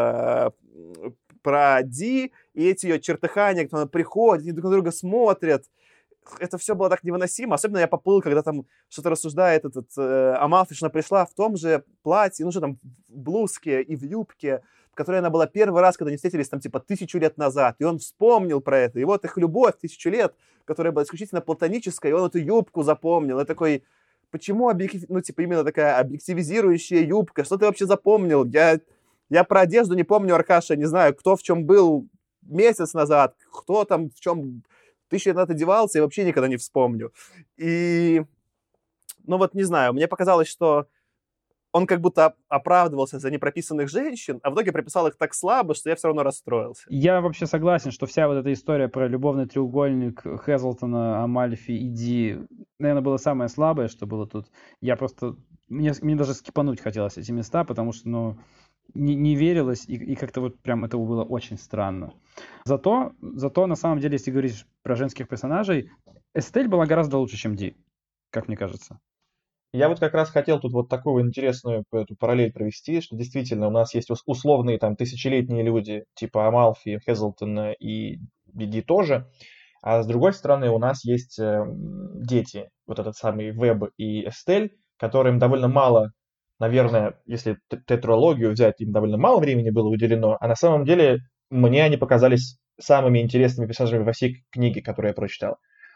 S1: про Ди, и эти ее чертыхания, когда она приходит, они друг на друга смотрят. Это все было так невыносимо. Особенно я поплыл, когда там что-то рассуждает Амалфи, что она пришла в том же платье, ну что там, в блузке и в юбке, в которой она была первый раз, когда они встретились там типа 1000 лет назад. И он вспомнил про это. И вот их любовь 1000 лет, которая была исключительно платоническая, и он эту юбку запомнил. И такой, почему именно такая объективизирующая юбка? Что ты вообще запомнил? Я про одежду не помню, Аркаша, не знаю, кто в чем был месяц назад, кто там в чем 1000 лет назад одевался, я вообще никогда не вспомню. И, ну вот не знаю, мне показалось, что он как будто оправдывался за непрописанных женщин, а в итоге прописал их так слабо, что я все равно расстроился.
S2: Я вообще согласен, что вся вот эта история про любовный треугольник Хезлтона, Амальфи и Ди, наверное, было самое слабое, что было тут. Я просто... Мне даже скипануть хотелось эти места, потому что, ну, не верилось, и как-то вот прям это было очень странно. Зато на самом деле, если говорить про женских персонажей, Эстель была гораздо лучше, чем Ди, как мне кажется.
S3: Я вот как раз хотел тут вот такую интересную эту параллель провести, что действительно у нас есть условные там тысячелетние люди, типа Амалфи, Хезлтона и Ди тоже, а с другой стороны у нас есть дети, вот этот самый Веб и Эстель, которым довольно мало, наверное, если тетралогию взять, им довольно мало времени было уделено, а на самом деле мне они показались самыми интересными персонажами во всей книге, которую я прочитал.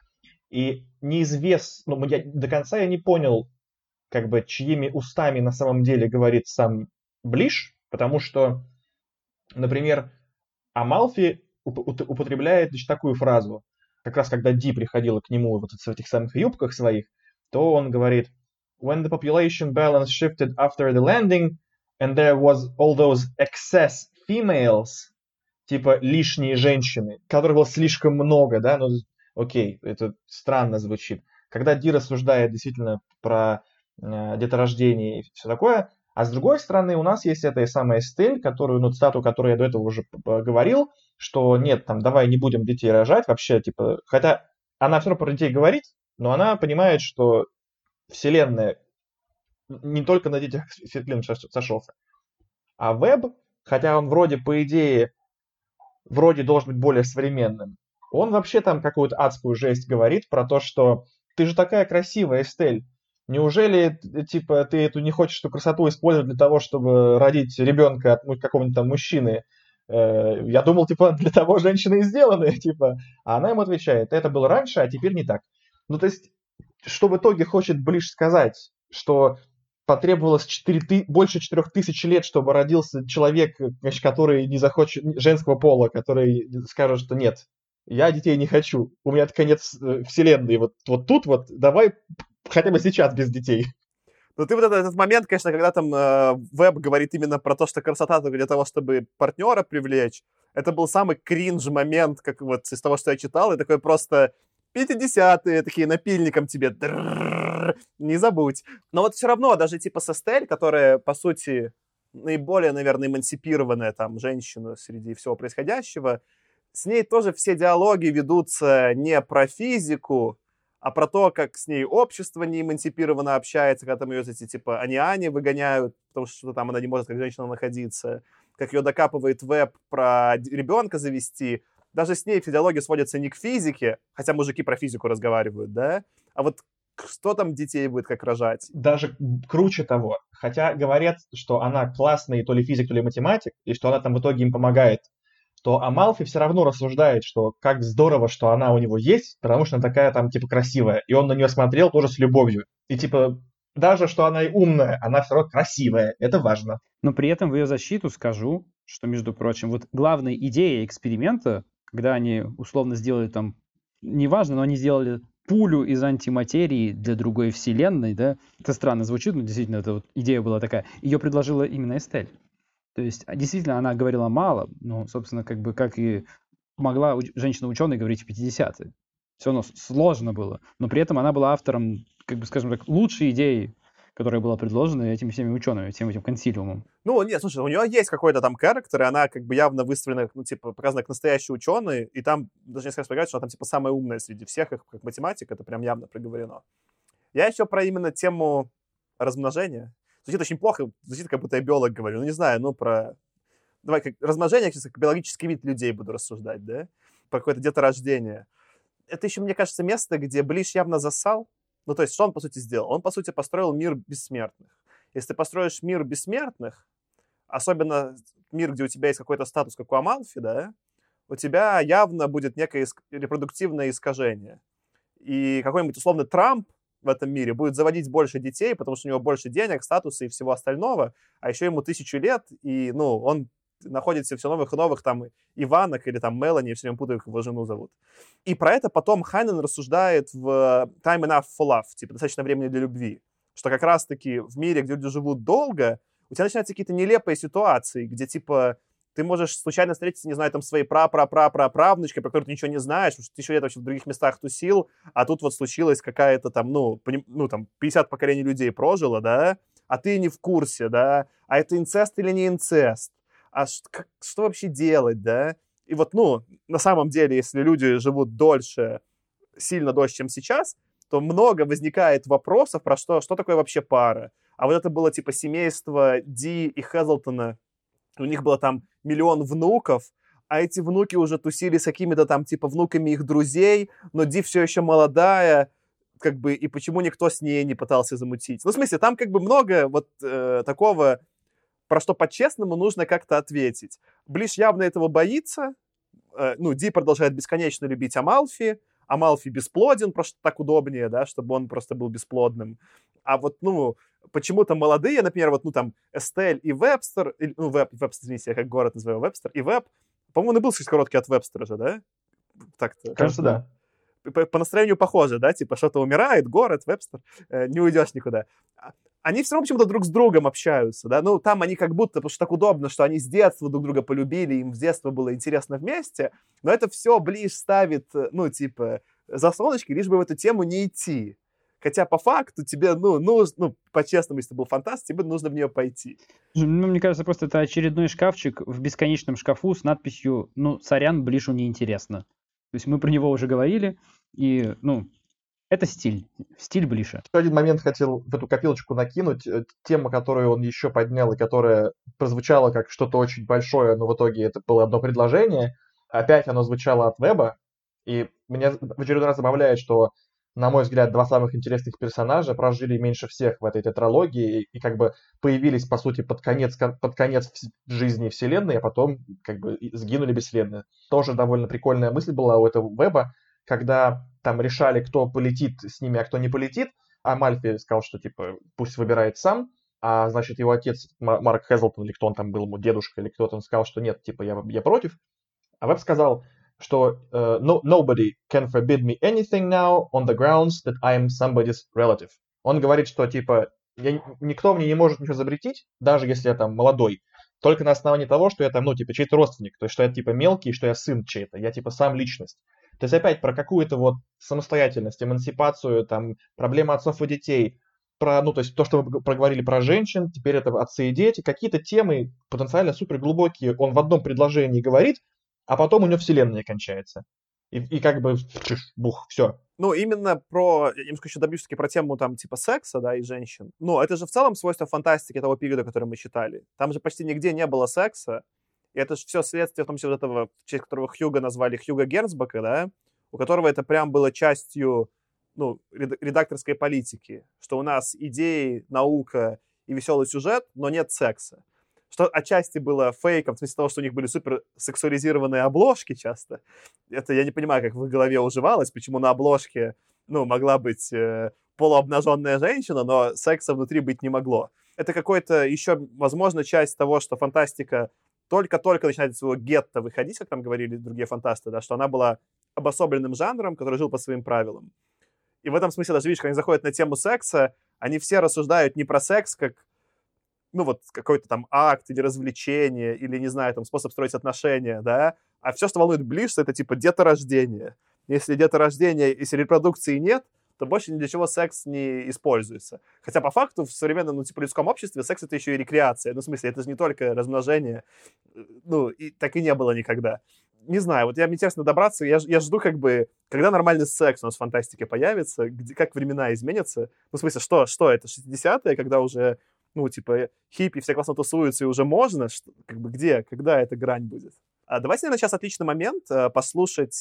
S3: И неизвестно, до конца я не понял, как бы, чьими устами на самом деле говорит сам Блиш, потому что, например, Амалфи употребляет такую фразу, как раз когда Ди приходила к нему вот в этих самых юбках своих, то он говорит: "When the population balance shifted after the landing, and there was all those excess females", типа лишние женщины, которых было слишком много, да, ну, окей, это странно звучит. Когда Ди рассуждает действительно про деторождение и все такое, а с другой стороны у нас есть эта самая Эстель, цитату, которую я до этого уже говорил, что нет, там, давай не будем детей рожать, вообще, типа, хотя она все равно про детей говорит, но она понимает, что вселенная не только на детях Ферклин сошелся. А Веб, хотя он вроде, по идее, должен быть более современным, он вообще там какую-то адскую жесть говорит про то, что ты же такая красивая, Эстель, неужели, типа, ты эту не хочешь эту красоту использовать для того, чтобы родить ребенка от какого-нибудь там мужчины? Я думал, типа, для того женщины и сделаны, типа. А она ему отвечает: это было раньше, а теперь не так. Ну, то есть, что в итоге хочет Блиш сказать? Что потребовалось больше 4000 лет, чтобы родился человек, значит, который не захочет женского пола, который скажет, что нет, я детей не хочу, у меня конец вселенной, вот тут вот, давай хотя бы сейчас без детей.
S1: Ну, ты вот этот момент, конечно, когда там Веб говорит именно про то, что красота только для того, чтобы партнера привлечь, это был самый кринж момент, как вот из того, что я читал, и такой просто 50-е, такие напильником тебе, не забудь. Но вот все равно, даже типа с Эстель, которая, по сути, наиболее, наверное, эмансипированная там женщина среди всего происходящего, с ней тоже все диалоги ведутся не про физику, а про то, как с ней общество не эмансипированно общается, когда там ее эти, типа, ани-ани выгоняют, потому что там она не может как женщина находиться, как ее докапывает Веб про ребенка завести. даже с ней все диалоги сводятся не к физике, хотя мужики про физику разговаривают, да, а вот что там детей будет, как рожать.
S3: Даже круче того. Хотя говорят, что она классный то ли физик, то ли математик, и что она там в итоге им помогает, то Амалфи все равно рассуждает, что как здорово, что она у него есть, потому что она такая там типа красивая. И он на нее смотрел тоже с любовью. И типа даже что она и умная, она все равно красивая. Это важно.
S2: Но при этом в ее защиту скажу, что, между прочим, вот главная идея эксперимента, когда они условно сделали там, неважно, но они сделали пулю из антиматерии для другой вселенной, да, это странно звучит, но действительно, эта вот идея была такая. Ее предложила именно Эстель. То есть, действительно, она говорила мало, но, собственно, как бы, как и могла женщина-ученый говорить в 50-е. Все равно сложно было, но при этом она была автором, как бы, скажем так, лучшей идеи, которая была предложена этими всеми учеными, всем этим консилиумом.
S1: Ну, нет, слушай, у нее есть какой-то там характер, и она как бы явно выставлена, ну, типа, показана как настоящий ученый, и там даже несколько раз говорят, что она там, типа, самая умная среди всех их, как математик, это прям явно проговорено. Я еще про именно тему размножения. Звучит очень плохо, звучит, как будто я биолог говорю, ну, не знаю, ну, про... Давай, как размножение, сейчас как биологический вид людей буду рассуждать, да? Про какое-то деторождение. Это еще, мне кажется, место, где Блиш явно засал. Ну, то есть, что он, по сути, сделал? Он, по сути, построил мир бессмертных. Если ты построишь мир бессмертных, особенно мир, где у тебя есть какой-то статус, как у Амалфи, да, у тебя явно будет некое репродуктивное искажение. И какой-нибудь, условно, Трамп в этом мире будет заводить больше детей, потому что у него больше денег, статуса и всего остального, а еще ему 1000 лет, и, ну, он находится все новых и новых там Иванок или там Мелани, все время путаю, как его жену зовут. И про это потом Хайнен рассуждает в Time Enough for Love, типа «Достаточно времени для любви», что как раз-таки в мире, где люди живут долго, у тебя начинаются какие-то нелепые ситуации, где, типа, ты можешь случайно встретиться, не знаю, там, своей правнучкой, про которую ты ничего не знаешь, потому что ты еще лет вообще в других местах тусил, а тут вот случилась какая-то там, ну, там, 50 поколений людей прожило, да, а ты не в курсе, да, а это инцест или не инцест, а что вообще делать, да? И вот, ну, на самом деле, если люди живут дольше, сильно дольше, чем сейчас, то много возникает вопросов про что такое вообще пара. А вот это было типа семейство Ди и Хэзлтона, у них было там 1 000 000 внуков, а эти внуки уже тусили с какими-то там типа внуками их друзей, но Ди все еще молодая, как бы, и почему никто с ней не пытался замутить? Ну, в смысле, там как бы много вот такого, про что по-честному нужно как-то ответить. Блиш явно этого боится. Ну, Ди продолжает бесконечно любить Амалфи. Амалфи бесплоден, просто так удобнее, да, чтобы он просто был бесплодным. А вот, ну, почему-то молодые, например, вот, ну, там, Эстель и Вебстер, ну, Вебстер, извините, я как город называю Вебстер, и Веб, по-моему, он и был чуть короткий от Вебстера же, да? Так-то.
S3: Кажется, да.
S1: По настроению похоже, да, типа что-то умирает, город, Вебстер, не уйдешь никуда. Они все равно почему-то друг с другом общаются, да, ну, там они как будто, потому что так удобно, что они с детства друг друга полюбили, им с детства было интересно вместе, но это все Блиш ставит, ну, типа, заслоночки, лишь бы в эту тему не идти. Хотя по факту тебе, ну, по-честному, если ты был фантаст, тебе нужно в нее пойти.
S2: Ну, мне кажется, просто это очередной шкафчик в бесконечном шкафу с надписью, ну, сорян, Блишу неинтересно. То есть мы про него уже говорили, и, ну, это стиль Блиша.
S3: Еще один момент хотел в эту копилочку накинуть. Тема, которую он еще поднял, и которая прозвучала как что-то очень большое, но в итоге это было одно предложение. Опять оно звучало от Веба, и меня в очередной раз забавляет, что, на мой взгляд, 2 самых интересных персонажа прожили меньше всех в этой тетралогии и как бы появились, по сути, под конец жизни вселенной, а потом как бы сгинули бесследно. Тоже довольно прикольная мысль была у этого Веба, когда там решали, кто полетит с ними, а кто не полетит, а Мальфи сказал, что, типа, пусть выбирает сам, а, значит, его отец, Марк Хэзлтон, или кто он там был, ему дедушка, или кто-то, он сказал, что нет, типа, я против. А Веб сказал, что nobody can forbid me anything now on the grounds that I am somebody's relative. Он говорит, что, типа, никто мне не может ничего запретить, даже если я там молодой, только на основании того, что я там, ну, типа, чей-то родственник, то есть, что я, типа, мелкий, что я сын чей-то, я, типа, сам личность. То есть опять про какую-то вот самостоятельность, эмансипацию, там, проблемы отцов и детей, про, ну, то есть то, что вы проговорили про женщин, теперь это отцы и дети, какие-то темы потенциально суперглубокие он в одном предложении говорит, а потом у него вселенная кончается. И как бы, бух, все.
S1: Ну, именно про, я немножко еще добью все-таки про тему там типа секса, да, и женщин. Ну, это же в целом свойство фантастики того периода, который мы читали. Там же почти нигде не было секса. И это же все следствие, в том числе вот этого, в честь которого Хьюга назвали Хьюга Герцбака, да, у которого это прям было частью, ну, редакторской политики, что у нас идеи, наука и веселый сюжет, но нет секса. Что отчасти было фейком, в смысле того, что у них были супер сексуализированные обложки часто. Это я не понимаю, как в их голове уживалось, почему на обложке, ну, могла быть полуобнаженная женщина, но секса внутри быть не могло. Это какой-то еще, возможно, часть того, что фантастика только-только начинает из своего гетто выходить, как там говорили другие фантасты, да, что она была обособленным жанром, который жил по своим правилам. И в этом смысле даже, видишь, когда они заходят на тему секса, они все рассуждают не про секс как, ну, вот какой-то там акт или развлечение, или, не знаю, там, способ строить отношения, да, а все, что волнует Блиш, это, типа, деторождение. Если деторождения, если репродукции нет, то больше ни для чего секс не используется. Хотя, по факту, в современном, ну, типа, людском обществе секс — это еще и рекреация. Ну, в смысле, это же не только размножение. Ну, и так и не было никогда. Не знаю, вот мне интересно добраться, я жду, как бы, когда нормальный секс у нас в фантастике появится, как времена изменятся. Ну, в смысле, что это, 60-е, когда уже, ну, типа, хиппи все классно тусуются и уже можно? Как бы где, когда эта грань будет? Давайте, наверное, сейчас отличный момент послушать.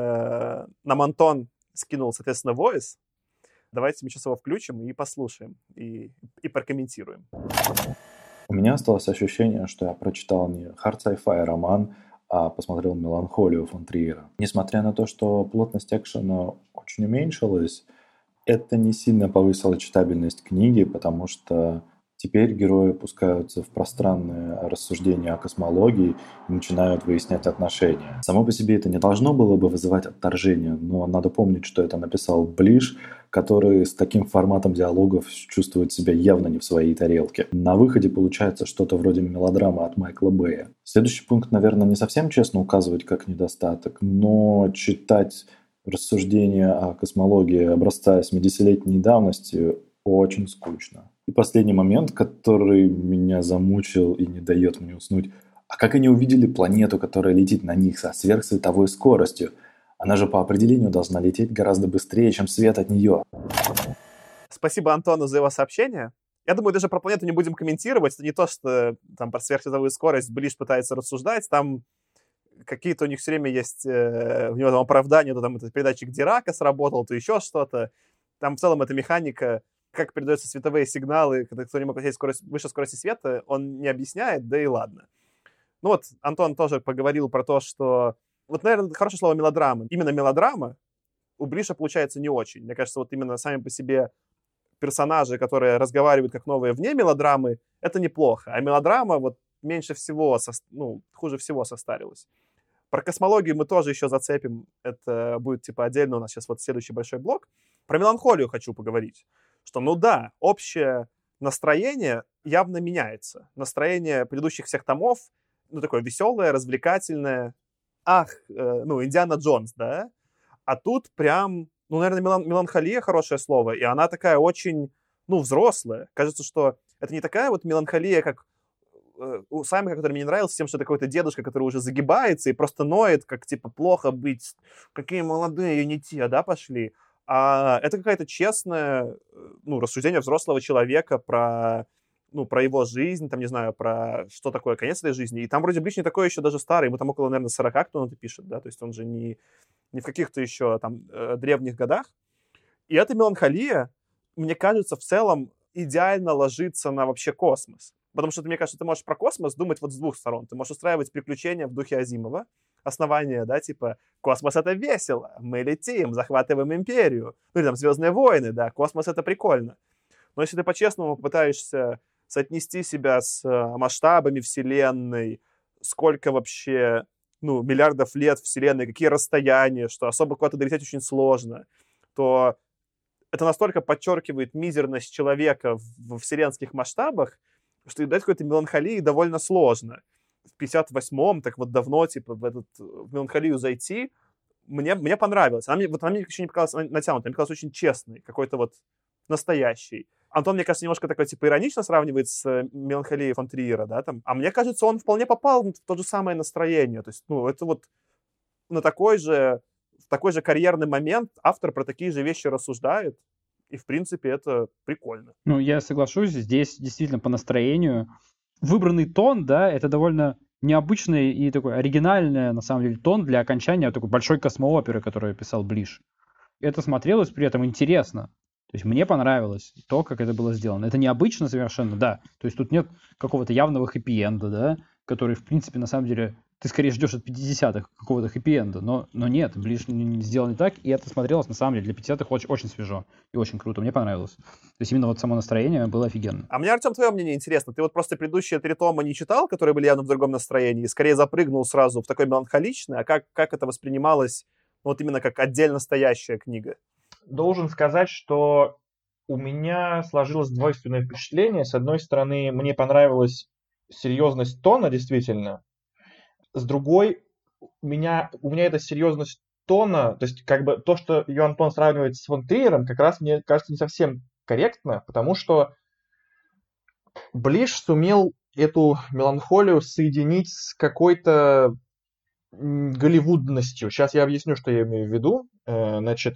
S1: Нам Антон скинул, соответственно, voice. Давайте мы сейчас его включим и послушаем, и прокомментируем.
S5: У меня осталось ощущение, что я прочитал не hard sci-fi роман, а посмотрел «Меланхолию» фон Триера. Несмотря на то, что плотность экшена очень уменьшилась, это не сильно повысило читабельность книги, потому что теперь герои пускаются в пространные рассуждения о космологии и начинают выяснять отношения. Само по себе это не должно было бы вызывать отторжение, но надо помнить, что это написал Блиш, который с таким форматом диалогов чувствует себя явно не в своей тарелке. На выходе получается что-то вроде мелодрамы от Майкла Бэя. Следующий пункт, наверное, не совсем честно указывать как недостаток, но читать рассуждения о космологии образца 70-летней давности очень скучно. И последний момент, который меня замучил и не дает мне уснуть. А как они увидели планету, которая летит на них со сверхсветовой скоростью? Она же по определению должна лететь гораздо быстрее, чем свет от нее.
S1: Спасибо Антону за его сообщение. Я думаю, даже про планету не будем комментировать. Это не то, что там про сверхсветовую скорость Блиш пытается рассуждать. Там какие-то у них все время есть у него там оправдания, то там этот передатчик Дирака сработал, то еще что-то. Там в целом эта механика, как передаются световые сигналы, когда кто не мог лететь выше скорости света, он не объясняет, да и ладно. Ну вот Антон тоже поговорил про то, что... Вот, наверное, хорошее слово мелодрама. Именно мелодрама у Блиша получается не очень. Мне кажется, вот именно сами по себе персонажи, которые разговаривают как новые вне мелодрамы, это неплохо. А мелодрама вот меньше всего, хуже всего состарилась. Про космологию мы тоже еще зацепим. Это будет типа отдельно у нас сейчас вот следующий большой блок. Про меланхолию хочу поговорить. Что, ну да, общее настроение явно меняется. Настроение предыдущих всех томов, ну, такое веселое, развлекательное. Индиана Джонс, да? А тут прям, ну, наверное, меланхолия хорошее слово, и она такая очень, ну, взрослая. Кажется, что это не такая вот меланхолия, как у Саймона, который мне не нравился, тем, что это какой-то дедушка, который уже загибается и просто ноет, как, типа, плохо быть, какие молодые, не те, да, пошли. А это какая-то честное, ну, рассуждение взрослого человека про его жизнь, там, не знаю, про что такое конец этой жизни. И там вроде Блич не такой еще даже старый, ему там около, наверное, 40, кто он это пишет, да, то есть он же не в каких-то еще там древних годах. И эта меланхолия, мне кажется, в целом идеально ложится на вообще космос. Потому что, мне кажется, ты можешь про космос думать вот с двух сторон. Ты можешь устраивать приключения в духе Азимова, основание, да, типа, космос — это весело, мы летим, захватываем империю. Ну, или там «Звездные войны», да, космос — это прикольно. Но если ты по-честному пытаешься соотнести себя с масштабами Вселенной, сколько вообще, ну, миллиардов лет Вселенной, какие расстояния, что особо куда-то долететь очень сложно, то это настолько подчеркивает мизерность человека в вселенских масштабах, что дать какой-то меланхолии довольно сложно. В 58-м, так вот давно, типа, в меланхолию зайти, мне понравилось. Она мне еще не показалась натянутой, мне показалась очень честной, какой-то вот настоящей. Антон, мне кажется, немножко такой, типа, иронично сравнивает с меланхолией фон Триера, да, там. А мне кажется, он вполне попал в то же самое настроение. То есть, ну, это вот в такой же карьерный момент автор про такие же вещи рассуждает. И, в принципе, это прикольно.
S2: Ну, я соглашусь, здесь действительно по настроению. Выбранный тон, да, это довольно необычный и такой оригинальный, на самом деле, тон для окончания такой большой космооперы, которую писал Блиш. Это смотрелось при этом интересно. То есть мне понравилось то, как это было сделано. Это необычно совершенно, да. То есть тут нет какого-то явного хэппи-энда, да, который, в принципе, на самом деле, ты скорее ждешь от 50-х какого-то хэппи-энда, но нет, Блиш сделал не так, и это смотрелось, на самом деле, для 50-х очень, очень свежо и очень круто. Мне понравилось. То есть именно вот само настроение было офигенно.
S1: А мне, Артем, твое мнение интересно. Ты вот просто предыдущие 3 тома не читал, которые были явно в другом настроении, скорее запрыгнул сразу в такой меланхоличный, а как это воспринималось вот именно как отдельно стоящая книга?
S3: Должен сказать, что у меня сложилось двойственное впечатление. С одной стороны, мне понравилась серьезность тона, действительно. С другой, у меня эта серьезность тона, то есть как бы то, что ее Антон сравнивает с фон Триером, как раз мне кажется не совсем корректно, потому что Блиш сумел эту меланхолию соединить с какой-то голливудностью. Сейчас я объясню, что я имею в виду. Значит,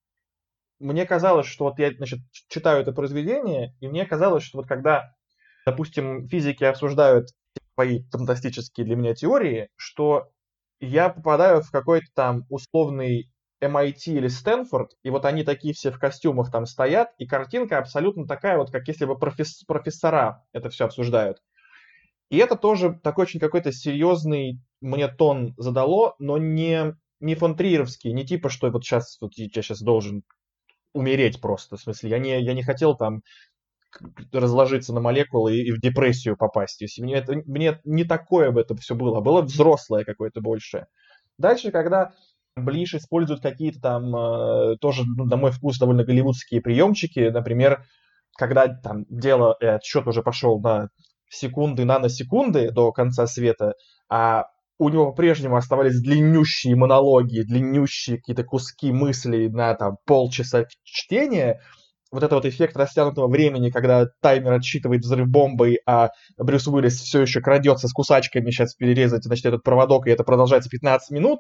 S3: мне казалось, что вот я, значит, читаю это произведение, и мне казалось, что вот когда, допустим, физики обсуждают свои фантастические для меня теории, что я попадаю в какой-то там условный MIT или Стэнфорд, и вот они такие все в костюмах там стоят, и картинка абсолютно такая вот, как если бы профессора это все обсуждают. И это тоже такой очень какой-то серьезный мне тон задало, но не фон Триеровский, не типа, что вот сейчас вот я сейчас должен умереть просто. В смысле, я не хотел там разложиться на молекулы и в депрессию попасть. То есть мне не такое бы это все было, а было взрослое какое-то большее. Дальше, когда Блиш использует какие-то там тоже, на мой вкус, довольно голливудские приемчики, например, когда там дело, отсчет уже пошел на секунды, наносекунды до конца света, а у него по-прежнему оставались длиннющие монологи, длиннющие какие-то куски мыслей на там полчаса чтения. Вот это вот эффект растянутого времени, когда таймер отсчитывает взрыв бомбы, а Брюс Уиллис все еще крадется с кусачками сейчас перерезать, значит, этот проводок, и это продолжается 15 минут.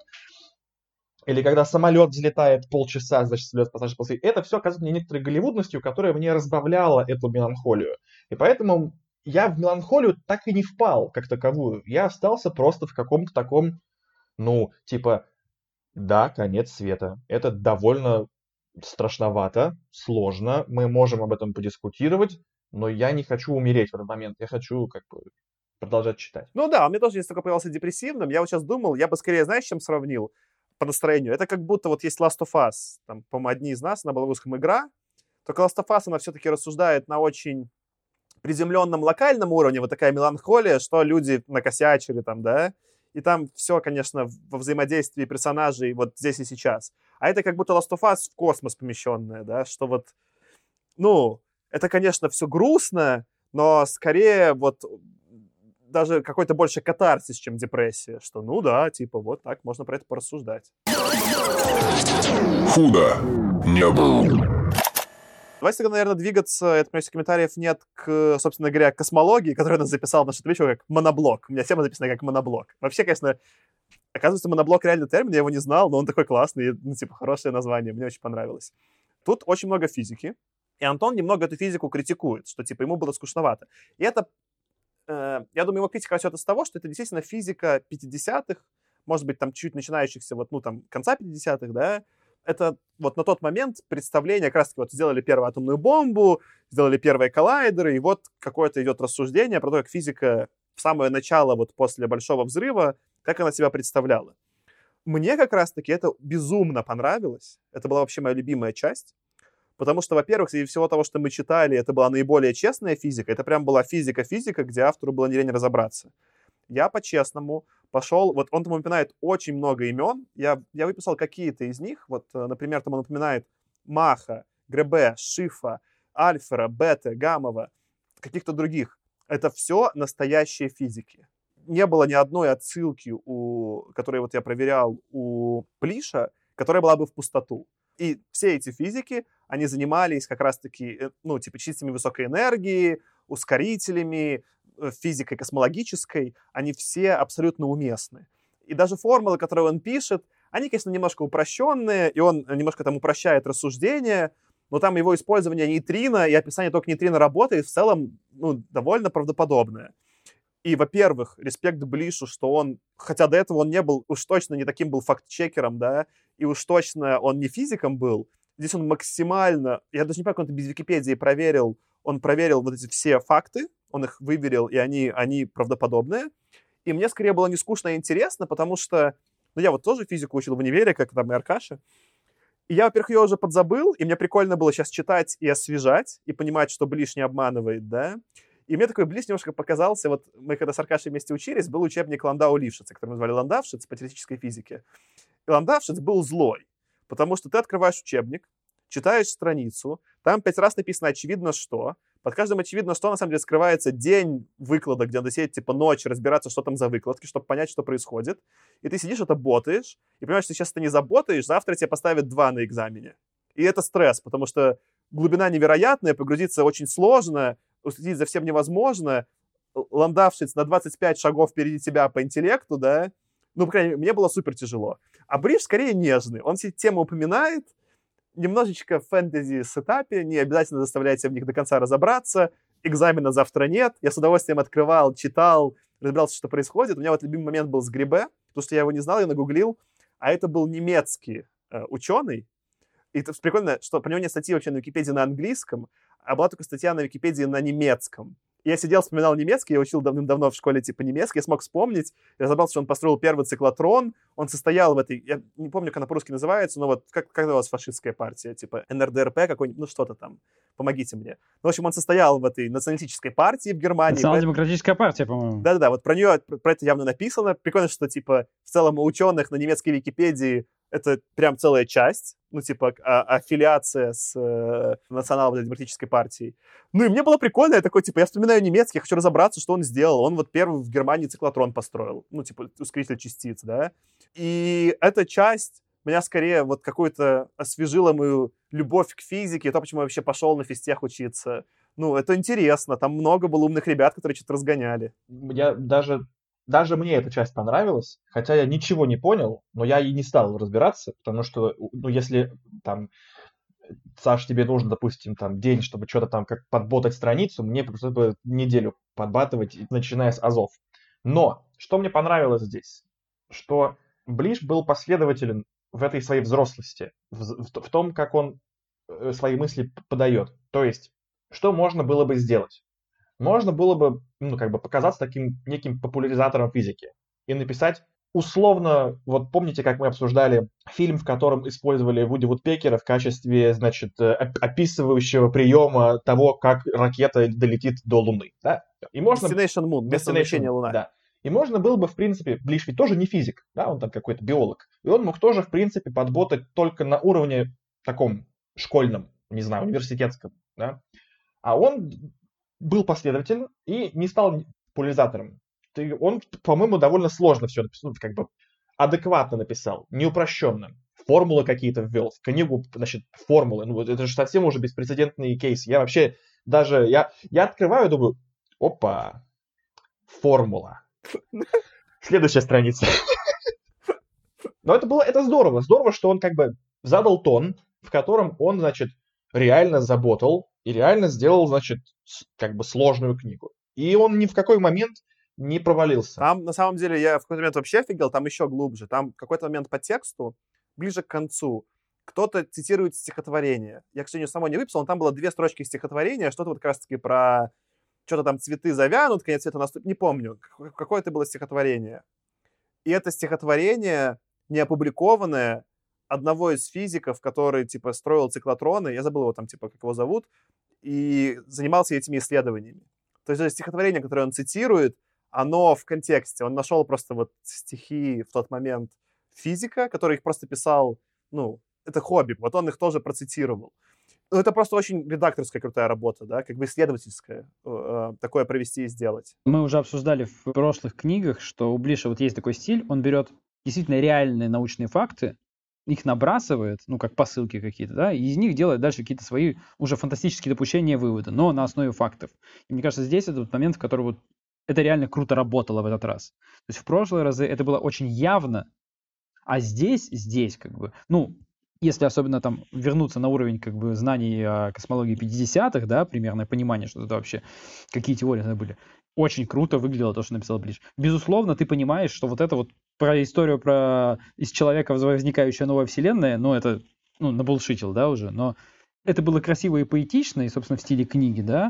S3: Или когда самолет взлетает полчаса, значит, слет пассажир после. Это все оказывается мне некоторой голливудностью, которая мне разбавляла эту меланхолию. И поэтому я в меланхолию так и не впал, как таковую. Я остался просто в каком-то таком, типа, да, конец света. Это довольно страшновато, сложно. Мы можем об этом подискутировать, но я не хочу умереть в этот момент. Я хочу, как бы, продолжать читать.
S1: Ну да, у меня тоже есть такой появился депрессивным. Я вот сейчас думал, я бы скорее, знаешь, чем сравнил по настроению? Это как будто вот есть Last of Us. Там, по-моему, одни из нас, она была в русском игра. Только Last of Us, она все-таки рассуждает на очень приземленном локальном уровне, вот такая меланхолия, что люди накосячили там, да, и там все, конечно, во взаимодействии персонажей вот здесь и сейчас. А это как будто Last of Us в космос помещенное, да, что вот, это, конечно, все грустно, но скорее вот даже какой-то больше катарсис, чем депрессия, что, вот так можно про это порассуждать.
S4: Худо не было.
S1: Давайте тогда, наверное, двигаться, я понимаю, если комментариев нет, к, собственно говоря, космологии, которую я записал в нашу табличку как моноблок. У меня тема записана как моноблок. Вообще, конечно, оказывается, моноблок реально термин, я его не знал, но он такой классный, хорошее название, мне очень понравилось. Тут очень много физики, и Антон немного эту физику критикует, что, ему было скучновато. И это, я думаю, его критика растет из того, что это действительно физика 50-х, может быть, там чуть начинающихся, конца 50-х, да, это вот на тот момент представление, как раз-таки сделали первую атомную бомбу, сделали первые коллайдеры, и вот какое-то идет рассуждение про то, как физика в самое начало, после Большого взрыва, как она себя представляла. Мне как раз-таки это безумно понравилось. Это была вообще моя любимая часть. Потому что, во-первых, среди всего того, что мы читали, это была наиболее честная физика. Это прям была физика-физика, где автору было не лень разобраться. Я по-честному пошел, он там упоминает очень много имен, я выписал какие-то из них, например, там он упоминает Маха, Гребе, Шифа, Альфера, Бета, Гамова, каких-то других. Это все настоящие физики. Не было ни одной отсылки, которую я проверял у Блиша, которая была бы в пустоту. И все эти физики, они занимались как раз-таки, частицами высокой энергии, ускорителями, физикой космологической, они все абсолютно уместны. И даже формулы, которые он пишет, они, конечно, немножко упрощенные, и он немножко там упрощает рассуждения, но там его использование нейтрино и описание только нейтрино работы в целом довольно правдоподобное. И, во-первых, респект Блишу, что он, хотя до этого он не был, уж точно не таким был факт-чекером, да, и уж точно он не физиком был, здесь он максимально, я даже не понимаю, как он это без Википедии проверил, он проверил вот эти все факты, он их выверил, и они правдоподобные. И мне скорее было не скучно, а интересно, потому что, ну, я вот тоже физику учил в универе, как там и Аркаша. И я, во-первых, ее уже подзабыл, и мне прикольно было сейчас читать и освежать, и понимать, что Блиш не обманывает, да. И мне такой Блиш немножко показался, вот мы когда с Аркашей вместе учились, был учебник Ландау-Лившица, который мы звали Ландавшиц по теоретической физике. И Ландавшиц был злой, потому что ты открываешь учебник, читаешь страницу, там 5 раз написано «очевидно что», под каждым «очевидно что» на самом деле скрывается день выкладок, где надо сидеть типа ночь, разбираться, что там за выкладки, чтобы понять, что происходит. И ты сидишь, это ботаешь, и понимаешь, что сейчас ты не заботаешь, завтра тебе поставят 2 на экзамене. И это стресс, потому что глубина невероятная, погрузиться очень сложно, уследить за всем невозможно. Ландавшиц на 25 шагов впереди тебя по интеллекту, да, ну, по крайней мере, мне было супер тяжело. А Бриш скорее нежный, он все темы упоминает, немножечко в фэнтези-сетапе, не обязательно заставляйте в них до конца разобраться, экзамена завтра нет, я с удовольствием открывал, читал, разбирался, что происходит. У меня вот любимый момент был с Грибе, потому что я его не знал, я нагуглил, а это был немецкий ученый, и это прикольно, что про него нет статьи вообще на Википедии на английском, а была только статья на Википедии на немецком. Я сидел, вспоминал немецкий, я учил давным-давно в школе типа немецкий, я смог вспомнить, я разобрался, что он построил первый циклотрон, он состоял в этой, я не помню, как она по-русски называется, но вот как называлась фашистская партия, типа НРДРП какой-нибудь, ну что-то там, помогите мне. Ну, в общем, он состоял в этой националистической партии в Германии.
S2: Национал-демократическая партия, по-моему.
S1: Да-да-да, вот про нее, про это явно написано. Прикольно, что типа в целом у ученых на немецкой Википедии это прям целая часть, ну, типа, аффилиация с национал-демократической партией. Ну, и мне было прикольно, я такой, типа, я вспоминаю немецкий, я хочу разобраться, что он сделал. Он вот первый в Германии циклотрон построил, ну, типа, ускоритель частиц, да. И эта часть меня скорее вот какую-то освежила мою любовь к физике, то, почему я вообще пошел на физтех учиться. Ну, это интересно, там много было умных ребят, которые что-то разгоняли.
S3: Я даже мне эта часть понравилась, хотя я ничего не понял, но я и не стал разбираться, потому что, ну, если там, Саш, тебе нужно, допустим, там день, чтобы что-то там как подботать страницу, мне просто бы неделю подбатывать, начиная с азов. Но что мне понравилось здесь? Что Блиш был последователен в этой своей взрослости, в том, как он свои мысли подает. То есть, что можно было бы сделать? Можно было бы, ну, как бы показаться таким неким популяризатором физики и написать условно, вот помните, как мы обсуждали фильм, в котором использовали Вуди Вудпекера в качестве, значит, описывающего приема того, как ракета долетит до Луны, да? И можно...
S1: Destination Moon, местоназначение Луна.
S3: Да. И можно было бы, в принципе, Блиш ведь тоже не физик, да, он там какой-то биолог, и он мог тоже, в принципе, подботать только на уровне таком школьном, не знаю, университетском, да? А он был последователен и не стал популяризатором. Он, по-моему, довольно сложно все написал, как бы адекватно написал, неупрощенно. Формулы какие-то ввел, в книгу, значит, формулы. Ну, это же совсем уже беспрецедентный кейс. Я вообще даже, я открываю и думаю, опа, формула. Следующая страница. Но это здорово. Здорово, что он как бы задал тон, в котором он, значит, реально заботал и реально сделал, значит, как бы сложную книгу. И он ни в какой момент не провалился.
S1: Там, на самом деле, я в какой-то момент вообще офигел, там еще глубже. Там в какой-то момент по тексту, ближе к концу, кто-то цитирует стихотворение. Я, к сожалению, само не выписал, но там было 2 строчки стихотворения, что-то вот как раз-таки про что-то там цветы завянут, конец света наступит, не помню. Какое-то было стихотворение. И это стихотворение, не опубликованное, одного из физиков, который, типа, строил циклотроны, я забыл его там, типа, как его зовут, и занимался этими исследованиями. То есть это стихотворение, которое он цитирует, оно в контексте. Он нашел просто вот стихи в тот момент физика, который их просто писал, ну, это хобби, вот он их тоже процитировал. Ну, это просто очень редакторская крутая работа, да, как бы исследовательская, такое провести и сделать.
S2: Мы уже обсуждали в прошлых книгах, что у Блиша вот есть такой стиль, он берет действительно реальные научные факты, их набрасывает, ну, как посылки какие-то, да, и из них делает дальше какие-то свои уже фантастические допущения, выводы, но на основе фактов. И мне кажется, здесь это тот момент, в который вот это реально круто работало в этот раз. То есть в прошлые разы это было очень явно, а здесь как бы, ну, если особенно там вернуться на уровень как бы знаний о космологии 50-х, да, примерное понимание, что это вообще, какие теории это были, очень круто выглядело то, что написал Блиш. Безусловно, ты понимаешь, что вот это вот про историю про из человека возникающая новая вселенная, ну, это, ну, набулшитил, да, уже, но это было красиво и поэтично, и, собственно, в стиле книги, да,